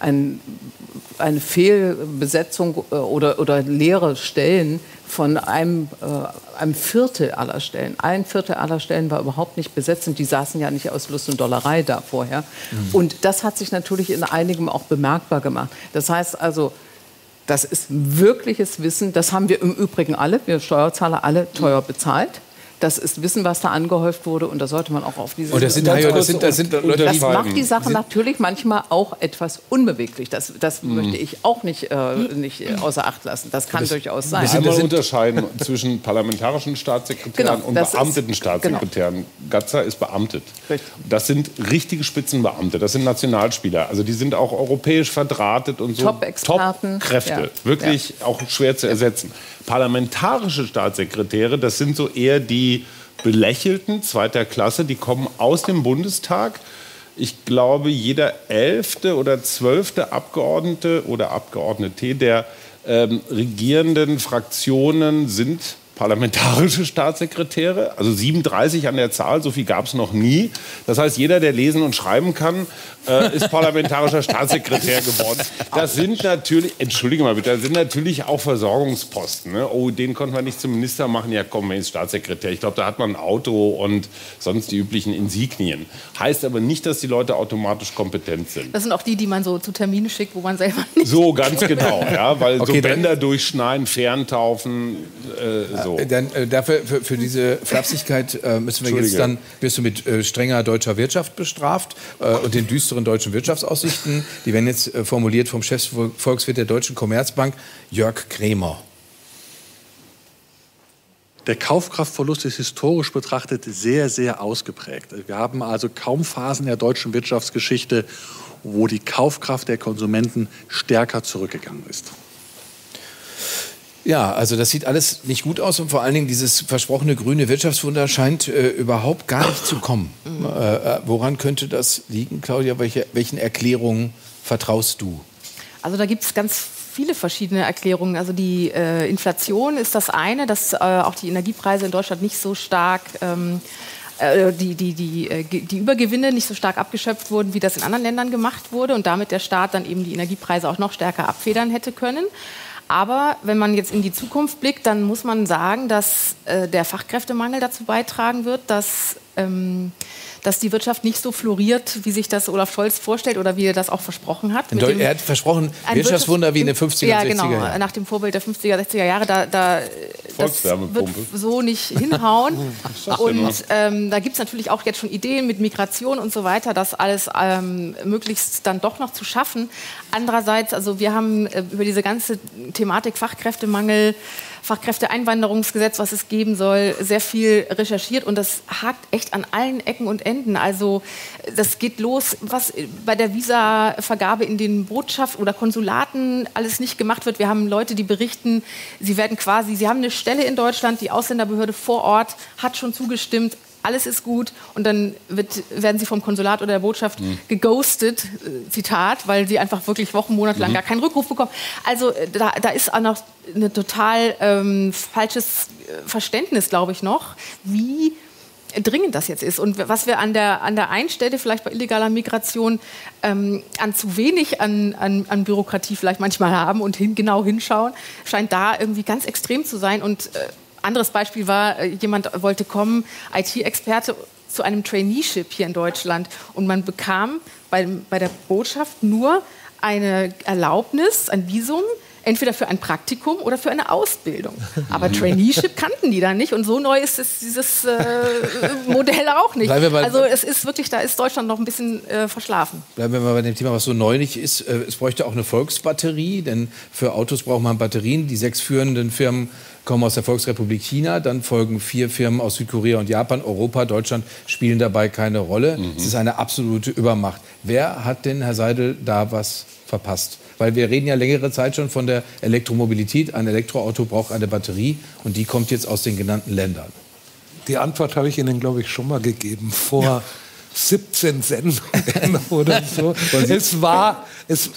Fehlbesetzung oder leere Stellen von einem Viertel aller Stellen. Ein Viertel aller Stellen war überhaupt nicht besetzt und die saßen ja nicht aus Lust und Dollerei da vorher. Und das hat sich natürlich in einigem auch bemerkbar gemacht. Das heißt also, das ist wirkliches Wissen, das haben wir im Übrigen alle, wir Steuerzahler alle teuer bezahlt. Das ist Wissen, was da angehäuft wurde und da sollte man auch auf diese... Und das macht die Sache natürlich manchmal auch etwas unbeweglich. Das möchte ich auch nicht außer Acht lassen. Das kann durchaus sein. Wir müssen unterscheiden zwischen parlamentarischen Staatssekretären und beamteten Staatssekretären. Genau. Gatzer ist beamtet. Richtig. Das sind richtige Spitzenbeamte, das sind Nationalspieler. Also die sind auch europäisch verdrahtet und so. Top-Experten. Top-Kräfte. Wirklich auch schwer zu ersetzen. Parlamentarische Staatssekretäre, das sind so eher die Belächelten zweiter Klasse, die kommen aus dem Bundestag. Ich glaube, jeder 11. oder 12. Abgeordnete oder Abgeordnete der regierenden Fraktionen sind parlamentarische Staatssekretäre, also 37 an der Zahl, so viel gab es noch nie. Das heißt, jeder, der lesen und schreiben kann, ist parlamentarischer Staatssekretär geworden. Das sind natürlich, entschuldige mal bitte, das sind natürlich auch Versorgungsposten. Ne? Oh, den konnte man nicht zum Minister machen, ja komm, man ist Staatssekretär. Ich glaube, da hat man ein Auto und sonst die üblichen Insignien. Heißt aber nicht, dass die Leute automatisch kompetent sind. Das sind auch die man so zu Terminen schickt, wo man selber nicht... So, ganz genau, ja, weil okay, so Bänder durchschneiden, Ferntaufen, so. Dann dafür für diese Flapsigkeit müssen wir jetzt dann, wirst du mit strenger deutscher Wirtschaft bestraft und den düsteren deutschen Wirtschaftsaussichten. Die werden jetzt formuliert vom Chefvolkswirt der Deutschen Commerzbank, Jörg Krämer. Der Kaufkraftverlust ist historisch betrachtet sehr, sehr ausgeprägt. Wir haben also kaum Phasen der deutschen Wirtschaftsgeschichte, wo die Kaufkraft der Konsumenten stärker zurückgegangen ist. Ja, also das sieht alles nicht gut aus und vor allen Dingen dieses versprochene grüne Wirtschaftswunder scheint überhaupt gar nicht zu kommen. Woran könnte das liegen, Claudia? Welchen Erklärungen vertraust du? Also da gibt es ganz viele verschiedene Erklärungen. Also die Inflation ist das eine, dass auch die Energiepreise in Deutschland nicht so stark die Übergewinne nicht so stark abgeschöpft wurden, wie das in anderen Ländern gemacht wurde und damit der Staat dann eben die Energiepreise auch noch stärker abfedern hätte können. Aber wenn man jetzt in die Zukunft blickt, dann muss man sagen, dass der Fachkräftemangel dazu beitragen wird, dass die Wirtschaft nicht so floriert, wie sich das Olaf Scholz vorstellt oder wie er das auch versprochen hat. Er hat versprochen, Wirtschaftswunder wie in den 50er, ja, 60er genau, Jahren. nach dem Vorbild der 50er, 60er Jahre. Das wird so nicht hinhauen. Und da gibt es natürlich auch jetzt schon Ideen mit Migration und so weiter, das alles möglichst dann doch noch zu schaffen. Andererseits, also wir haben über diese ganze Thematik Fachkräftemangel, Fachkräfteeinwanderungsgesetz, was es geben soll, sehr viel recherchiert und das hakt echt an allen Ecken und Enden. Also das geht los, was bei der Visavergabe in den Botschaften oder Konsulaten alles nicht gemacht wird. Wir haben Leute, die berichten, sie haben eine Stelle in Deutschland, die Ausländerbehörde vor Ort hat schon zugestimmt, alles ist gut und dann werden sie vom Konsulat oder der Botschaft geghostet, Zitat, weil sie einfach wirklich Wochen, Monate lang gar keinen Rückruf bekommen. Also da ist auch noch ein total falsches Verständnis, glaube ich, noch, wie dringend das jetzt ist. Und was wir an der einen Stelle vielleicht bei illegaler Migration an zu wenig an Bürokratie vielleicht manchmal haben und genau hinschauen, scheint da irgendwie ganz extrem zu sein. Und anderes Beispiel war, jemand wollte kommen, IT-Experte, zu einem Traineeship hier in Deutschland. Und man bekam bei der Botschaft nur eine Erlaubnis, ein Visum, entweder für ein Praktikum oder für eine Ausbildung. Aber Traineeship kannten die dann nicht. Und so neu ist dieses Modell auch nicht. Also es ist wirklich, da ist Deutschland noch ein bisschen verschlafen. Bleiben wir mal bei dem Thema, was so neu nicht ist. Es bräuchte auch eine Volksbatterie, denn für Autos braucht man Batterien. Die 6 führenden Firmen kommen aus der Volksrepublik China, dann folgen 4 Firmen aus Südkorea und Japan. Europa, Deutschland spielen dabei keine Rolle. Es ist eine absolute Übermacht. Wer hat denn, Herr Seidel, da was verpasst? Weil wir reden ja längere Zeit schon von der Elektromobilität. Ein Elektroauto braucht eine Batterie und die kommt jetzt aus den genannten Ländern. Die Antwort habe ich Ihnen, glaube ich, schon mal gegeben, vor 17 Sendungen oder so. Es war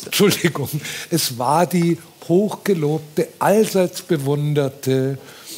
die hochgelobte, allseits bewunderte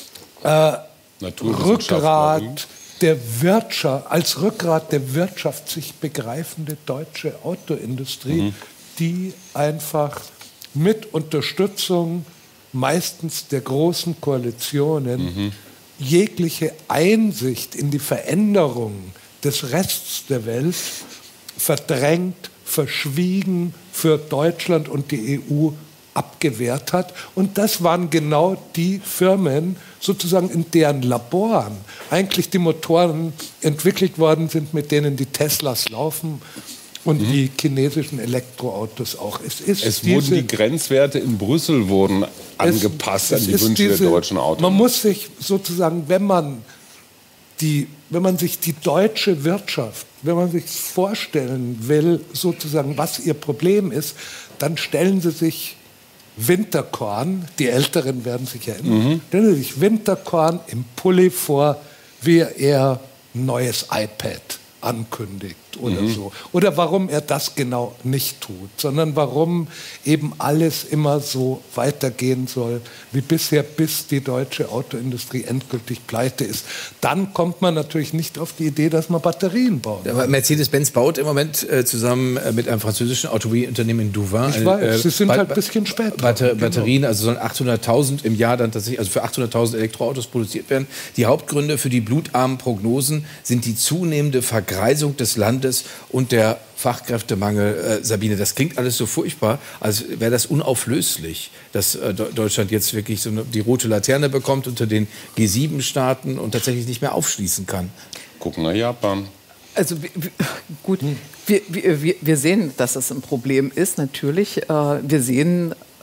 Rückgrat der Wirtschaft, als Rückgrat der Wirtschaft sich begreifende deutsche Autoindustrie, die einfach mit Unterstützung meistens der großen Koalitionen jegliche Einsicht in die Veränderung des Rests der Welt verdrängt, verschwiegen für Deutschland und die EU abgewehrt hat. Und das waren genau die Firmen, sozusagen in deren Laboren eigentlich die Motoren entwickelt worden sind, mit denen die Teslas laufen und die chinesischen Elektroautos auch. Die Grenzwerte in Brüssel wurden angepasst an die Wünsche der deutschen Autos. Man muss sich sozusagen, wenn man sich die deutsche Wirtschaft, wenn man sich vorstellen will, sozusagen, was ihr Problem ist, dann stellen Sie sich Winterkorn, die Älteren werden sich erinnern, stellen Sie sich Winterkorn im Pulli vor, wie er ein neues iPad ankündigt oder so. Oder warum er das genau nicht tut, sondern warum eben alles immer so weitergehen soll wie bisher, bis die deutsche Autoindustrie endgültig pleite ist. Dann kommt man natürlich nicht auf die Idee, dass man Batterien baut. Aber Mercedes-Benz baut im Moment zusammen mit einem französischen Automobilunternehmen in Douvin. Ich weiß, sie sind halt ein bisschen spät. Batterien, also sollen 800.000 im Jahr dann tatsächlich, also für 800.000 Elektroautos produziert werden. Die Hauptgründe für die blutarmen Prognosen sind die zunehmende Vergreisung des Landes und der Fachkräftemangel. Sabine, das klingt alles so furchtbar, als wäre das unauflöslich, dass Deutschland jetzt wirklich so die rote Laterne bekommt unter den G7-Staaten und tatsächlich nicht mehr aufschließen kann. Gucken nach Japan. Also gut, wir sehen, dass es ein Problem ist, natürlich. Wir sehen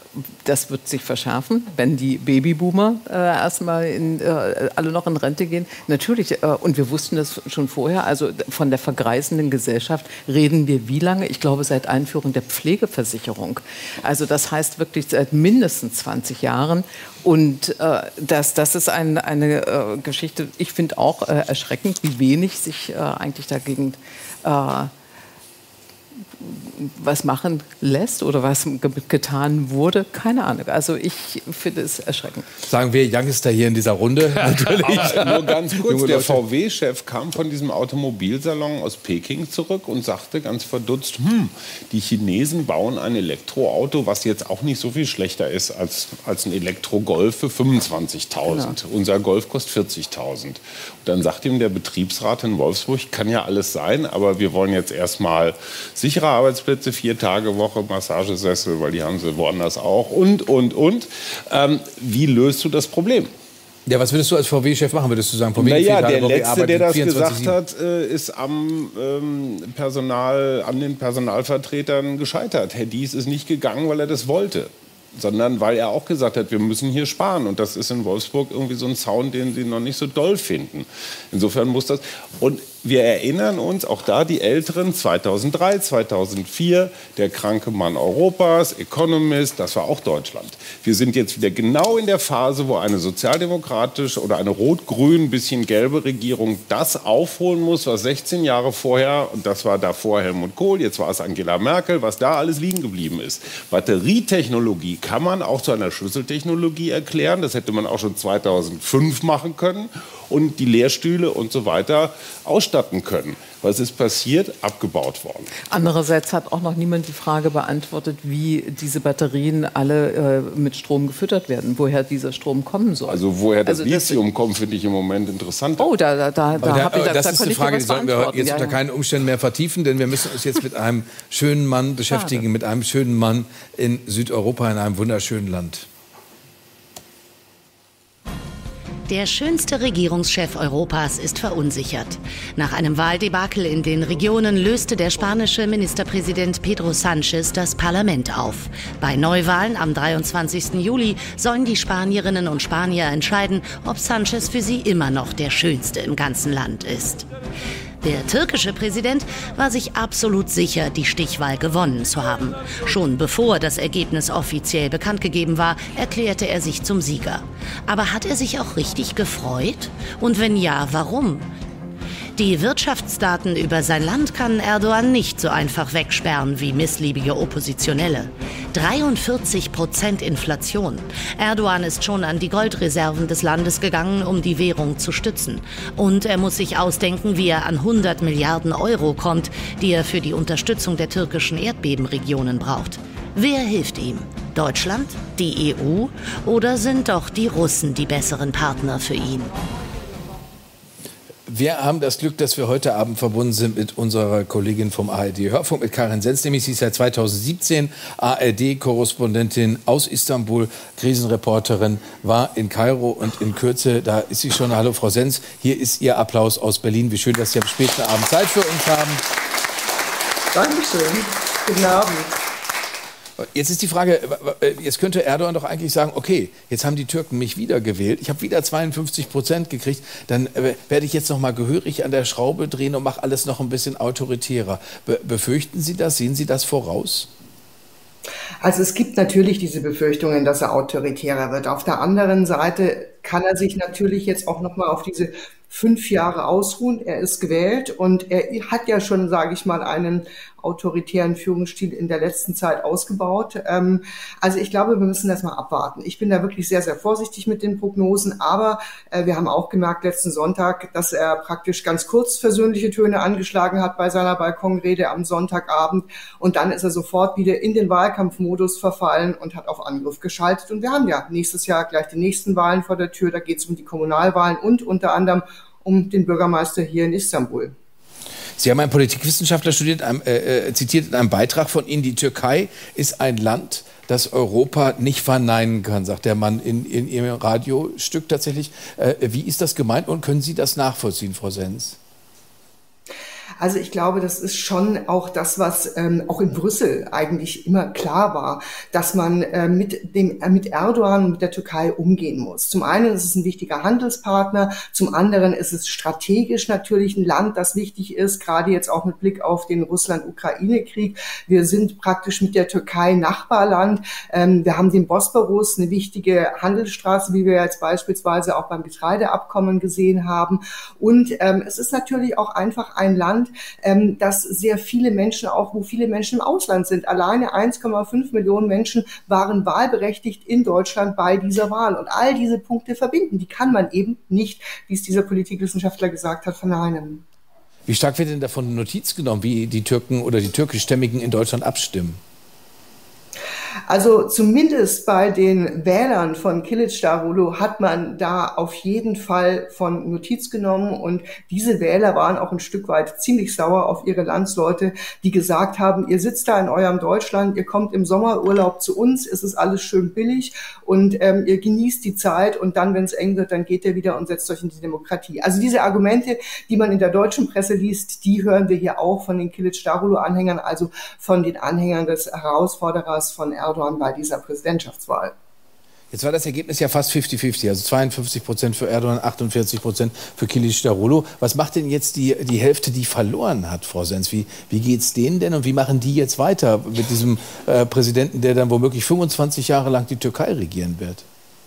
das wird sich verschärfen, wenn die Babyboomer erstmal alle noch in Rente gehen. Natürlich, und wir wussten das schon vorher, also von der vergreisenden Gesellschaft reden wir wie lange? Ich glaube, seit Einführung der Pflegeversicherung. Also das heißt wirklich seit mindestens 20 Jahren. Und das ist eine Geschichte, ich finde auch erschreckend, wie wenig sich eigentlich dagegen was machen lässt oder was getan wurde, keine Ahnung. Also ich finde es erschreckend. Sagen wir Youngster hier in dieser Runde natürlich. Aber nur ganz kurz, der VW-Chef kam von diesem Automobilsalon aus Peking zurück und sagte ganz verdutzt, die Chinesen bauen ein Elektroauto, was jetzt auch nicht so viel schlechter ist als ein Elektro-Golf für 25.000. Genau. Unser Golf kostet 40.000. Und dann sagt ihm der Betriebsrat in Wolfsburg, kann ja alles sein, aber wir wollen jetzt erstmal sichere Arbeitsplätze, 4-Tage-Woche, Massagesessel, weil die haben sie woanders auch und. Wie löst du das Problem? Ja, was würdest du als VW-Chef machen? Würdest du sagen, naja, der Letzte, der das gesagt hat, ist an den Personalvertretern gescheitert. Herr Dies ist nicht gegangen, weil er das wollte, sondern weil er auch gesagt hat, wir müssen hier sparen. Und das ist in Wolfsburg irgendwie so ein Sound, den sie noch nicht so doll finden. Insofern muss das... Und wir erinnern uns, auch da die Älteren, 2003, 2004, der kranke Mann Europas, Economist, das war auch Deutschland. Wir sind jetzt wieder genau in der Phase, wo eine sozialdemokratische oder eine rot-grün, bisschen gelbe Regierung das aufholen muss, was 16 Jahre vorher, und das war davor Helmut Kohl, jetzt war es Angela Merkel, was da alles liegen geblieben ist. Batterietechnologie kann man auch zu einer Schlüsseltechnologie erklären, das hätte man auch schon 2005 machen können. Und die Lehrstühle und so weiter ausstatten können. Was ist passiert? Abgebaut worden. Andererseits hat auch noch niemand die Frage beantwortet, wie diese Batterien alle mit Strom gefüttert werden, woher dieser Strom kommen soll. Also woher das Lithium kommt, finde ich im Moment interessant. Oh, das ist eine Frage, die sollten wir jetzt unter keinen Umständen mehr vertiefen, denn wir müssen uns jetzt mit einem schönen Mann beschäftigen, mit einem schönen Mann in Südeuropa, in einem wunderschönen Land. Der schönste Regierungschef Europas ist verunsichert. Nach einem Wahldebakel in den Regionen löste der spanische Ministerpräsident Pedro Sánchez das Parlament auf. Bei Neuwahlen am 23. Juli sollen die Spanierinnen und Spanier entscheiden, ob Sánchez für sie immer noch der schönste im ganzen Land ist. Der türkische Präsident war sich absolut sicher, die Stichwahl gewonnen zu haben. Schon bevor das Ergebnis offiziell bekannt gegeben war, erklärte er sich zum Sieger. Aber hat er sich auch richtig gefreut? Und wenn ja, warum? Die Wirtschaftsdaten über sein Land kann Erdogan nicht so einfach wegsperren wie missliebige Oppositionelle. 43% Inflation. Erdogan ist schon an die Goldreserven des Landes gegangen, um die Währung zu stützen. Und er muss sich ausdenken, wie er an 100 Milliarden Euro kommt, die er für die Unterstützung der türkischen Erdbebenregionen braucht. Wer hilft ihm? Deutschland? Die EU? Oder sind doch die Russen die besseren Partner für ihn? Wir haben das Glück, dass wir heute Abend verbunden sind mit unserer Kollegin vom ARD-Hörfunk, mit Karin Senz. Nämlich sie ist seit 2017 ARD-Korrespondentin aus Istanbul, Krisenreporterin, war in Kairo und in Kürze, da ist sie schon. Hallo Frau Senz, hier ist Ihr Applaus aus Berlin. Wie schön, dass Sie am späten Abend Zeit für uns haben. Dankeschön. Guten Abend. Jetzt ist die Frage, jetzt könnte Erdogan doch eigentlich sagen, okay, jetzt haben die Türken mich wieder gewählt, ich habe wieder 52% gekriegt, dann werde ich jetzt noch mal gehörig an der Schraube drehen und mache alles noch ein bisschen autoritärer. Befürchten Sie das? Sehen Sie das voraus? Also es gibt natürlich diese Befürchtungen, dass er autoritärer wird. Auf der anderen Seite kann er sich natürlich jetzt auch noch mal auf diese 5 Jahre ausruhen. Er ist gewählt und er hat ja schon, sage ich mal, einen autoritären Führungsstil in der letzten Zeit ausgebaut. Also ich glaube, wir müssen das mal abwarten. Ich bin da wirklich sehr, sehr vorsichtig mit den Prognosen, aber wir haben auch gemerkt letzten Sonntag, dass er praktisch ganz kurz versöhnliche Töne angeschlagen hat bei seiner Balkonrede am Sonntagabend und dann ist er sofort wieder in den Wahlkampfmodus verfallen und hat auf Angriff geschaltet. Und wir haben ja nächstes Jahr gleich die nächsten Wahlen vor der Tür. Da geht es um die Kommunalwahlen und unter anderem um den Bürgermeister hier in Istanbul. Sie haben einen Politikwissenschaftler studiert, zitiert in einem Beitrag von Ihnen, die Türkei ist ein Land, das Europa nicht verneinen kann, sagt der Mann in Ihrem Radiostück tatsächlich. Wie ist das gemeint und können Sie das nachvollziehen, Frau Senz? Also ich glaube, das ist schon auch das, was auch in Brüssel eigentlich immer klar war, dass man mit Erdogan und mit der Türkei umgehen muss. Zum einen ist es ein wichtiger Handelspartner, zum anderen ist es strategisch natürlich ein Land, das wichtig ist, gerade jetzt auch mit Blick auf den Russland-Ukraine-Krieg. Wir sind praktisch mit der Türkei Nachbarland. Wir haben den Bosporus, eine wichtige Handelsstraße, wie wir jetzt beispielsweise auch beim Getreideabkommen gesehen haben. Und es ist natürlich auch einfach ein Land, dass sehr viele Menschen auch, wo viele Menschen im Ausland sind. Alleine 1,5 Millionen Menschen waren wahlberechtigt in Deutschland bei dieser Wahl. Und all diese Punkte verbinden, die kann man eben nicht, wie es dieser Politikwissenschaftler gesagt hat, verneinen. Wie stark wird denn davon Notiz genommen, wie die Türken oder die türkischstämmigen in Deutschland abstimmen? Also zumindest bei den Wählern von Kılıçdaroğlu hat man da auf jeden Fall von Notiz genommen und diese Wähler waren auch ein Stück weit ziemlich sauer auf ihre Landsleute, die gesagt haben, ihr sitzt da in eurem Deutschland, ihr kommt im Sommerurlaub zu uns, es ist alles schön billig und ihr genießt die Zeit und dann, wenn es eng wird, dann geht ihr wieder und setzt euch in die Demokratie. Also diese Argumente, die man in der deutschen Presse liest, die hören wir hier auch von den Kılıçdaroğlu-Anhängern, also von den Anhängern des Herausforderers von Erdogan bei dieser Präsidentschaftswahl. Jetzt war das Ergebnis ja fast 50-50, also 52% für Erdogan, 48% für Kılıçdaroğlu. Was macht denn jetzt die Hälfte, die verloren hat, Frau Sens? Wie geht's denen denn und wie machen die jetzt weiter mit diesem Präsidenten, der dann womöglich 25 Jahre lang die Türkei regieren wird?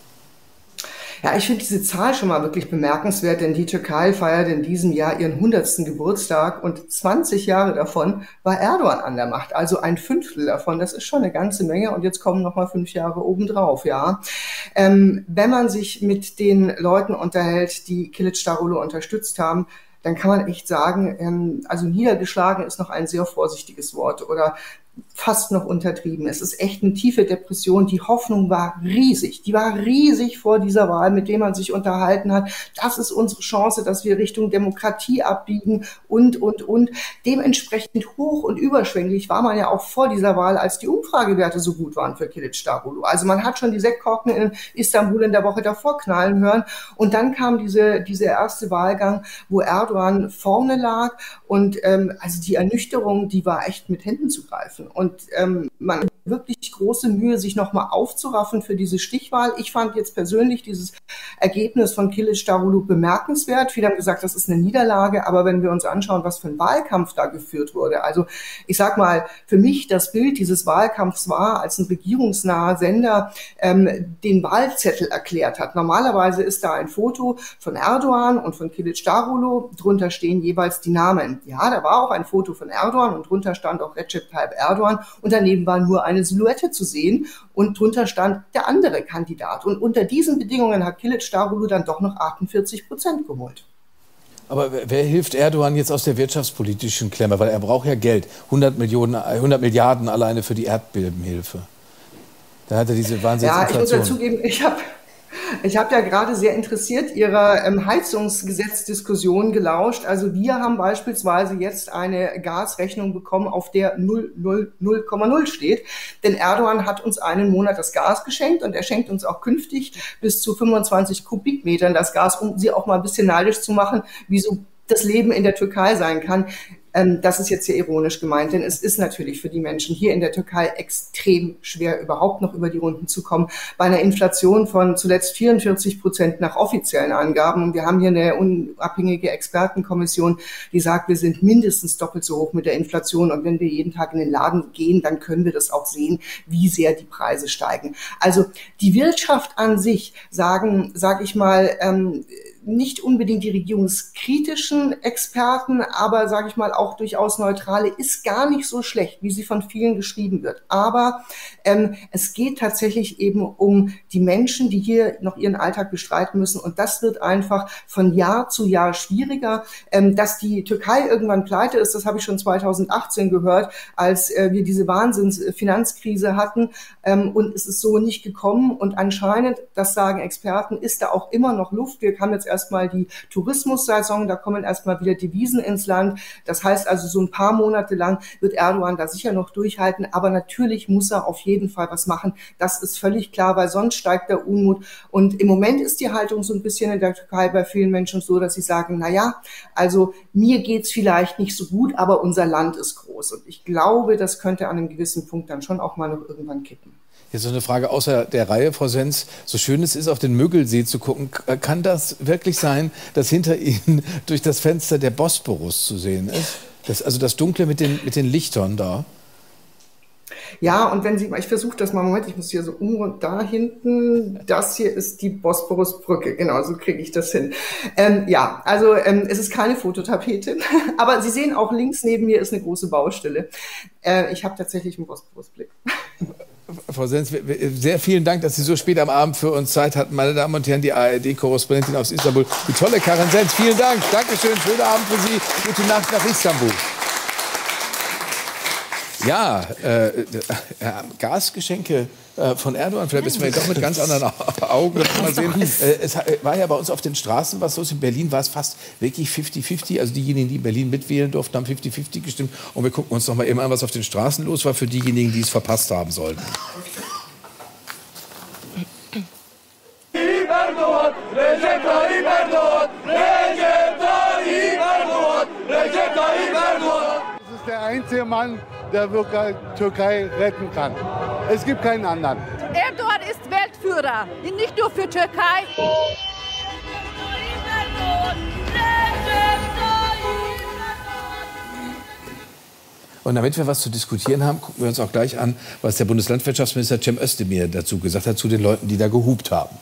Ja, ich finde diese Zahl schon mal wirklich bemerkenswert, denn die Türkei feiert in diesem Jahr ihren 100. Geburtstag und 20 Jahre davon war Erdogan an der Macht, also ein Fünftel davon. Das ist schon eine ganze Menge und jetzt kommen noch mal 5 Jahre obendrauf, ja. Wenn man sich mit den Leuten unterhält, die Kılıçdaroğlu unterstützt haben, dann kann man echt sagen, also niedergeschlagen ist noch ein sehr vorsichtiges Wort oder fast noch untertrieben. Es ist echt eine tiefe Depression. Die Hoffnung war riesig. Die war riesig vor dieser Wahl, mit dem man sich unterhalten hat. Das ist unsere Chance, dass wir Richtung Demokratie abbiegen und. Dementsprechend hoch und überschwänglich war man ja auch vor dieser Wahl, als die Umfragewerte so gut waren für Kılıçdaroğlu. Also man hat schon die Sektkorken in Istanbul in der Woche davor knallen hören. Und dann kam diese erste Wahlgang, wo Erdogan vorne lag. Und also die Ernüchterung, die war echt mit Händen zu greifen. Und man hat wirklich große Mühe, sich nochmal aufzuraffen für diese Stichwahl. Ich fand jetzt persönlich dieses Ergebnis von Kılıçdaroğlu bemerkenswert. Viele haben gesagt, das ist eine Niederlage, aber wenn wir uns anschauen, was für ein Wahlkampf da geführt wurde, also ich sag mal, für mich das Bild dieses Wahlkampfs war, als ein regierungsnaher Sender den Wahlzettel erklärt hat. Normalerweise ist da ein Foto von Erdogan und von Kılıçdaroğlu, drunter stehen jeweils die Namen. Ja, da war auch ein Foto von Erdogan und drunter stand auch Recep Tayyip Erdogan und daneben war nur eine Silhouette zu sehen und drunter stand der andere Kandidat. Und unter diesen Bedingungen hat Kılıçdaroğlu dann doch noch 48% geholt. Aber wer hilft Erdogan jetzt aus der wirtschaftspolitischen Klemme? Weil er braucht ja Geld. 100 Milliarden alleine für die Erdbebenhilfe. Da hat er diese Wahnsinnsinflation. Ja, ich muss dazugeben, ich habe ja gerade sehr interessiert Ihrer Heizungsgesetzdiskussion gelauscht. Also wir haben beispielsweise jetzt eine Gasrechnung bekommen, auf der 0,0 steht. Denn Erdogan hat uns einen Monat das Gas geschenkt und er schenkt uns auch künftig bis zu 25 Kubikmetern das Gas, um Sie auch mal ein bisschen neidisch zu machen, wie so das Leben in der Türkei sein kann. Das ist jetzt sehr ironisch gemeint, denn es ist natürlich für die Menschen hier in der Türkei extrem schwer, überhaupt noch über die Runden zu kommen. Bei einer Inflation von zuletzt 44% nach offiziellen Angaben. Und wir haben hier eine unabhängige Expertenkommission, die sagt, wir sind mindestens doppelt so hoch mit der Inflation. Und wenn wir jeden Tag in den Laden gehen, dann können wir das auch sehen, wie sehr die Preise steigen. Also die Wirtschaft an sich, sage ich mal, nicht unbedingt die regierungskritischen Experten, aber sage ich mal auch durchaus neutrale, ist gar nicht so schlecht, wie sie von vielen geschrieben wird. Aber es geht tatsächlich eben um die Menschen, die hier noch ihren Alltag bestreiten müssen. Und das wird einfach von Jahr zu Jahr schwieriger. Dass die Türkei irgendwann pleite ist, das habe ich schon 2018 gehört, als wir diese Wahnsinnsfinanzkrise hatten. Und es ist so nicht gekommen. Und anscheinend, das sagen Experten, ist da auch immer noch Luft. Wir haben jetzt erstmal die Tourismussaison, da kommen erstmal wieder Devisen ins Land. Das heißt also, so ein paar Monate lang wird Erdogan da sicher noch durchhalten, aber natürlich muss er auf jeden Fall was machen. Das ist völlig klar, weil sonst steigt der Unmut. Und im Moment ist die Haltung so ein bisschen in der Türkei bei vielen Menschen so, dass sie sagen, na ja, also mir geht's vielleicht nicht so gut, aber unser Land ist groß. Und ich glaube, das könnte an einem gewissen Punkt dann schon auch mal noch irgendwann kippen. Jetzt noch eine Frage außer der Reihe, Frau Sens. So schön es ist, auf den Müggelsee zu gucken, kann das wirklich sein, dass hinter Ihnen durch das Fenster der Bosporus zu sehen ist? Also das Dunkle mit den Lichtern da? Ja, und wenn Sie, ich versuche das mal, Moment, ich muss hier so und da hinten, das hier ist die Bosporusbrücke, genau, so kriege ich das hin. Ja, also es ist keine Fototapete, aber Sie sehen auch links neben mir ist eine große Baustelle. Ich habe tatsächlich einen Bosporusblick. Frau Sens, sehr vielen Dank, dass Sie so spät am Abend für uns Zeit hatten. Meine Damen und Herren, die ARD-Korrespondentin aus Istanbul, die tolle Karin Sens. Vielen Dank. Dankeschön. Schönen Abend für Sie. Gute Nacht nach Istanbul. Ja, Gasgeschenke von Erdogan, vielleicht müssen wir ja doch mit ganz anderen Augen mal sehen. Es war ja bei uns auf den Straßen was los. In Berlin war es fast wirklich 50-50. Also diejenigen, die in Berlin mitwählen durften, haben 50-50 gestimmt. Und wir gucken uns noch mal eben an, was auf den Straßen los war für diejenigen, die es verpasst haben sollten. Das ist der einzige Mann, der wirklich Türkei retten kann. Es gibt keinen anderen. Erdogan ist Weltführer, nicht nur für Türkei. Und damit wir was zu diskutieren haben, gucken wir uns auch gleich an, was der Bundeslandwirtschaftsminister Cem Özdemir dazu gesagt hat, zu den Leuten, die da gehupt haben.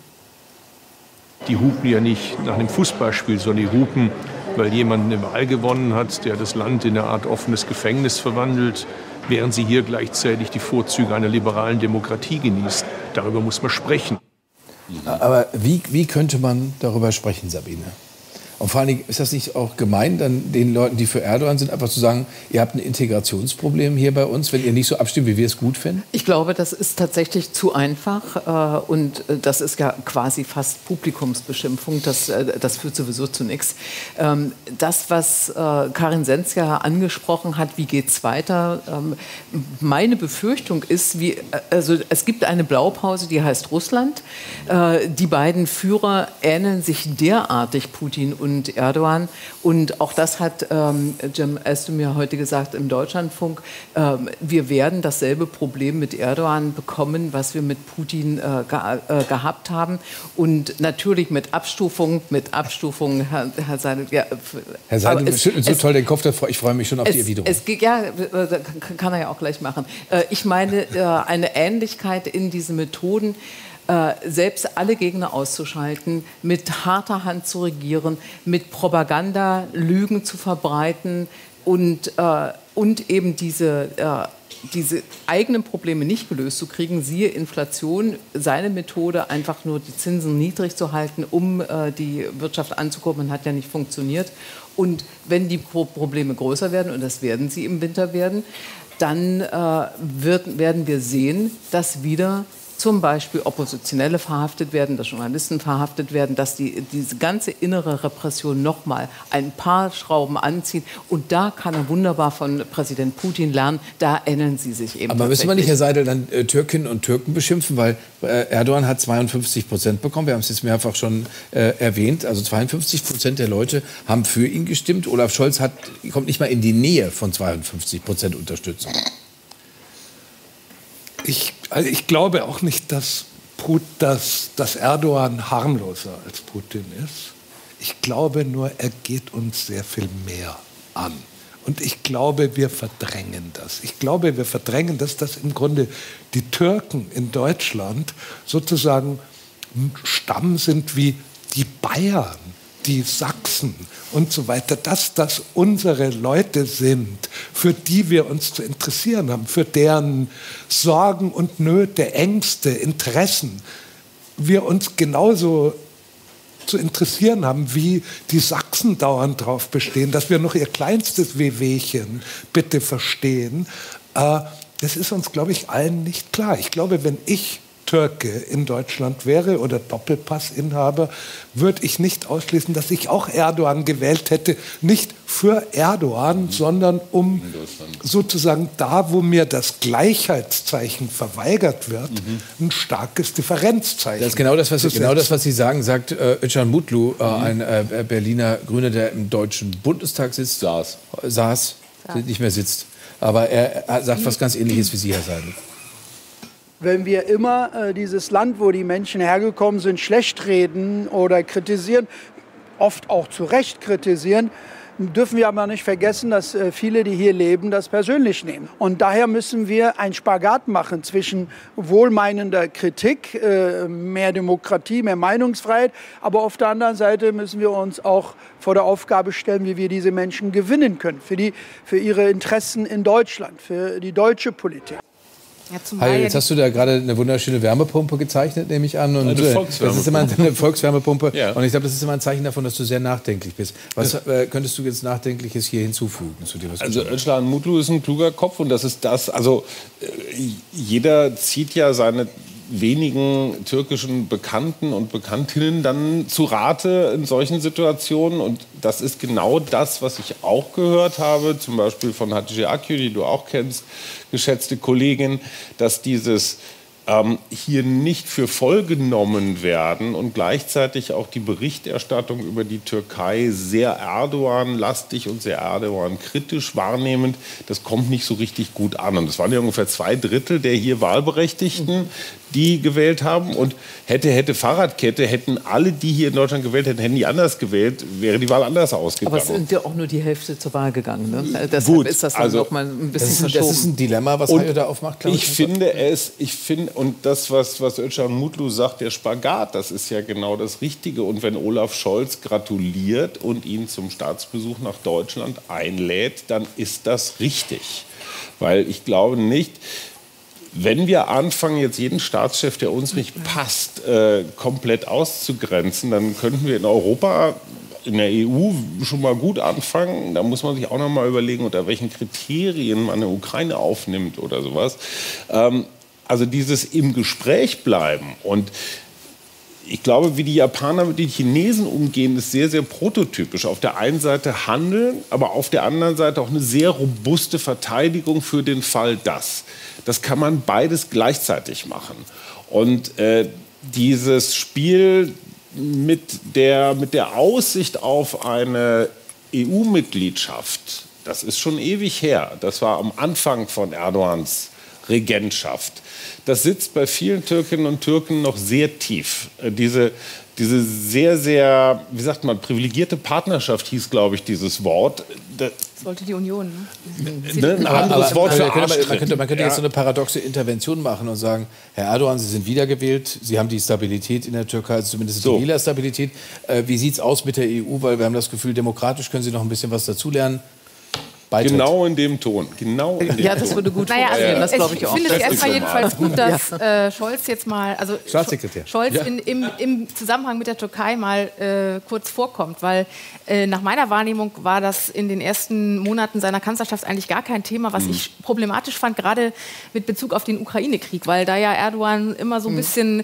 Die hupen ja nicht nach einem Fußballspiel, sondern die hupen, weil jemand eine Wahl gewonnen hat, der das Land in eine Art offenes Gefängnis verwandelt, während sie hier gleichzeitig die Vorzüge einer liberalen Demokratie genießt. Darüber muss man sprechen. Aber wie könnte man darüber sprechen, Sabine? Und vor allen Dingen, ist das nicht auch gemein, dann den Leuten, die für Erdogan sind, einfach zu sagen, ihr habt ein Integrationsproblem hier bei uns, wenn ihr nicht so abstimmt, wie wir es gut finden? Ich glaube, das ist tatsächlich zu einfach und das ist ja quasi fast Publikumsbeschimpfung. Das führt sowieso zu nichts. Das, was Karin Sens ja angesprochen hat, wie geht's weiter? Meine Befürchtung ist, also es gibt eine Blaupause, die heißt Russland. Die beiden Führer ähneln sich derartig, Putin und Erdogan. Und auch das hat Cem Özdemir heute gesagt im Deutschlandfunk. Wir werden dasselbe Problem mit Erdogan bekommen, was wir mit Putin gehabt haben. Und natürlich mit Abstufung, Herr Seidel. Ja, Herr Seidel schüttelt so toll den Kopf, ich freue mich schon auf die Erwiderung. Ja, kann er ja auch gleich machen. Ich meine, eine Ähnlichkeit in diesen Methoden, selbst alle Gegner auszuschalten, mit harter Hand zu regieren, mit Propaganda Lügen zu verbreiten und eben diese eigenen Probleme nicht gelöst zu kriegen, siehe Inflation, seine Methode, einfach nur die Zinsen niedrig zu halten, um die Wirtschaft anzukurbeln, hat ja nicht funktioniert. Und wenn die Probleme größer werden, und das werden sie im Winter werden, dann werden wir sehen, dass wieder zum Beispiel Oppositionelle verhaftet werden, dass Journalisten verhaftet werden, dass diese ganze innere Repression noch mal ein paar Schrauben anzieht. Und da kann er wunderbar von Präsident Putin lernen. Da ähneln sie sich eben. Aber müssen wir nicht, Herr Seidel, dann Türkinnen und Türken beschimpfen? Weil Erdogan hat 52% bekommen. Wir haben es jetzt mehrfach schon erwähnt. Also 52% der Leute haben für ihn gestimmt. Olaf Scholz kommt nicht mal in die Nähe von 52% Unterstützung. Ich glaube auch nicht, dass Erdogan harmloser als Putin ist. Ich glaube nur, er geht uns sehr viel mehr an. Und ich glaube, wir verdrängen das. Ich glaube, wir verdrängen das, dass im Grunde die Türken in Deutschland sozusagen Stamm sind wie die Bayern, die Sachsen und so weiter, dass das unsere Leute sind, für die wir uns zu interessieren haben, für deren Sorgen und Nöte, Ängste, Interessen wir uns genauso zu interessieren haben, wie die Sachsen dauernd darauf bestehen, dass wir noch ihr kleinstes Wehwehchen bitte verstehen. Das ist uns, glaube ich, allen nicht klar. Ich glaube, wenn ich Türke in Deutschland wäre oder Doppelpassinhaber, würde ich nicht ausschließen, dass ich auch Erdogan gewählt hätte. Nicht für Erdogan, sondern um sozusagen da, wo mir das Gleichheitszeichen verweigert wird, ein starkes Differenzzeichen. Das ist genau das, was Sie sagen, sagt Özcan Mutlu, ein Berliner Grüner, der im Deutschen Bundestag sitzt. Saß, nicht mehr sitzt. Aber er sagt was ganz Ähnliches wie Sie, Herr Seidel. Wenn wir immer dieses Land, wo die Menschen hergekommen sind, schlecht reden oder kritisieren, oft auch zu Recht kritisieren, dürfen wir aber nicht vergessen, dass viele, die hier leben, das persönlich nehmen. Und daher müssen wir einen Spagat machen zwischen wohlmeinender Kritik, mehr Demokratie, mehr Meinungsfreiheit, aber auf der anderen Seite müssen wir uns auch vor der Aufgabe stellen, wie wir diese Menschen gewinnen können, für ihre Interessen in Deutschland, für die deutsche Politik. Ja, Hi, jetzt hast du da gerade eine wunderschöne Wärmepumpe gezeichnet, nehme ich an. Und das ist immer eine Volkswärmepumpe. Ja. Und ich glaube, das ist immer ein Zeichen davon, dass du sehr nachdenklich bist. Was könntest du jetzt Nachdenkliches hier hinzufügen zu dir? Also Özcan Mutlu ist ein kluger Kopf und das ist das. Also jeder zieht ja seine wenigen türkischen Bekannten und Bekanntinnen dann zu Rate in solchen Situationen. Und das ist genau das, was ich auch gehört habe, zum Beispiel von Hatice Akgül, die du auch kennst, geschätzte Kollegin, dass dieses hier nicht für voll genommen werden und gleichzeitig auch die Berichterstattung über die Türkei sehr Erdogan-lastig und sehr Erdogan-kritisch wahrnehmend, das kommt nicht so richtig gut an. Und das waren ja ungefähr 2/3 der hier Wahlberechtigten, die gewählt haben. Und hätte Fahrradkette, hätten alle, die hier in Deutschland gewählt hätten, hätten die anders gewählt, wäre die Wahl anders ausgegangen. Aber es sind ja auch nur die Hälfte zur Wahl gegangen. Ne? Deshalb ist das dann noch mal ein bisschen verschoben. Das ist ein Dilemma, was Hayo da aufmacht, glaube ich. Ich finde, und das, was Özcan Mutlu sagt, der Spagat, das ist ja genau das Richtige. Und wenn Olaf Scholz gratuliert und ihn zum Staatsbesuch nach Deutschland einlädt, dann ist das richtig. Weil ich glaube nicht, wenn wir anfangen, jetzt jeden Staatschef, der uns nicht passt, komplett auszugrenzen, dann könnten wir in Europa, in der EU schon mal gut anfangen. Da muss man sich auch noch mal überlegen, unter welchen Kriterien man eine Ukraine aufnimmt oder sowas. Also dieses im Gespräch bleiben. Und ich glaube, wie die Japaner mit den Chinesen umgehen, ist sehr, sehr prototypisch. Auf der einen Seite handeln, aber auf der anderen Seite auch eine sehr robuste Verteidigung für den Fall, dass. Das kann man beides gleichzeitig machen. Und dieses Spiel mit der Aussicht auf eine EU-Mitgliedschaft, das ist schon ewig her. Das war am Anfang von Erdogans Regentschaft. Das sitzt bei vielen Türkinnen und Türken noch sehr tief. Diese sehr, sehr, wie sagt man, privilegierte Partnerschaft hieß, glaube ich, dieses Wort. Das wollte die Union. Ne? Ein anderes Wort für man könnte jetzt so eine paradoxe Intervention machen und sagen, Herr Erdogan, Sie sind wiedergewählt, Sie haben die Stabilität in der Türkei, also zumindest die Wählerstabilität. Wie sieht es aus mit der EU? Weil wir haben das Gefühl, demokratisch können Sie noch ein bisschen was dazulernen. Beitritt. Genau in dem Ton. Ja, das würde gut funktionieren, das glaube ich auch. Ich finde es erstmal jedenfalls gut, dass Scholz jetzt mal, also Staatssekretär. Scholz im Zusammenhang mit der Türkei mal kurz vorkommt, weil nach meiner Wahrnehmung war das in den ersten Monaten seiner Kanzlerschaft eigentlich gar kein Thema, was ich problematisch fand, gerade mit Bezug auf den Ukraine-Krieg, weil da ja Erdogan immer so ein bisschen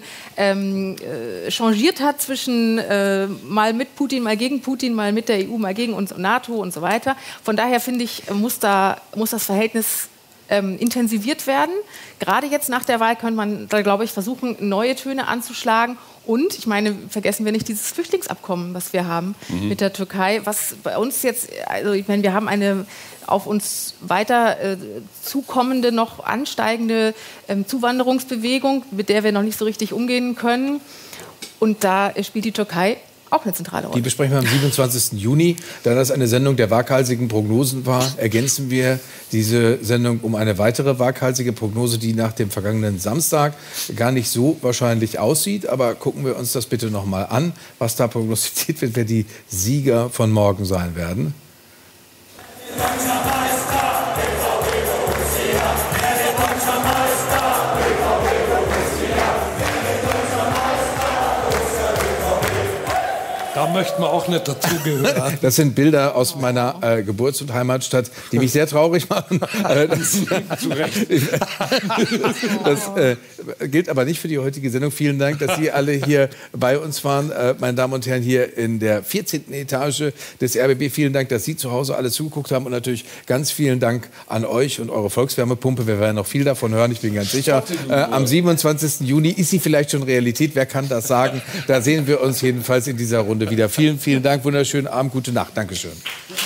changiert hat zwischen mal mit Putin, mal gegen Putin, mal mit der EU, mal gegen uns NATO und so weiter. Von daher finde ich, muss das Verhältnis intensiviert werden. Gerade jetzt nach der Wahl könnte man, da glaube ich, versuchen, neue Töne anzuschlagen. Und, ich meine, vergessen wir nicht dieses Flüchtlingsabkommen, was wir haben mit der Türkei, was bei uns jetzt, also ich meine, wir haben eine auf uns weiter zukommende, noch ansteigende Zuwanderungsbewegung, mit der wir noch nicht so richtig umgehen können. Und da spielt die Türkei auch eine zentrale Rolle. Die besprechen wir am 27. Juni. Da das eine Sendung der waghalsigen Prognosen war, ergänzen wir diese Sendung um eine weitere waghalsige Prognose, die nach dem vergangenen Samstag gar nicht so wahrscheinlich aussieht. Aber gucken wir uns das bitte noch mal an, was da prognostiziert wird, wer die Sieger von morgen sein werden. Da möchten wir auch nicht dazugehören. Das sind Bilder aus meiner Geburts- und Heimatstadt, die mich sehr traurig machen. Das gilt aber nicht für die heutige Sendung. Vielen Dank, dass Sie alle hier bei uns waren. Meine Damen und Herren, hier in der 14. Etage des RBB. Vielen Dank, dass Sie zu Hause alle zugeguckt haben. Und natürlich ganz vielen Dank an euch und eure Volkswärmepumpe. Wir werden noch viel davon hören, ich bin ganz sicher. Am 27. Juni ist sie vielleicht schon Realität. Wer kann das sagen? Da sehen wir uns jedenfalls in dieser Runde wieder. Vielen, vielen Dank. Wunderschönen Abend, gute Nacht. Dankeschön.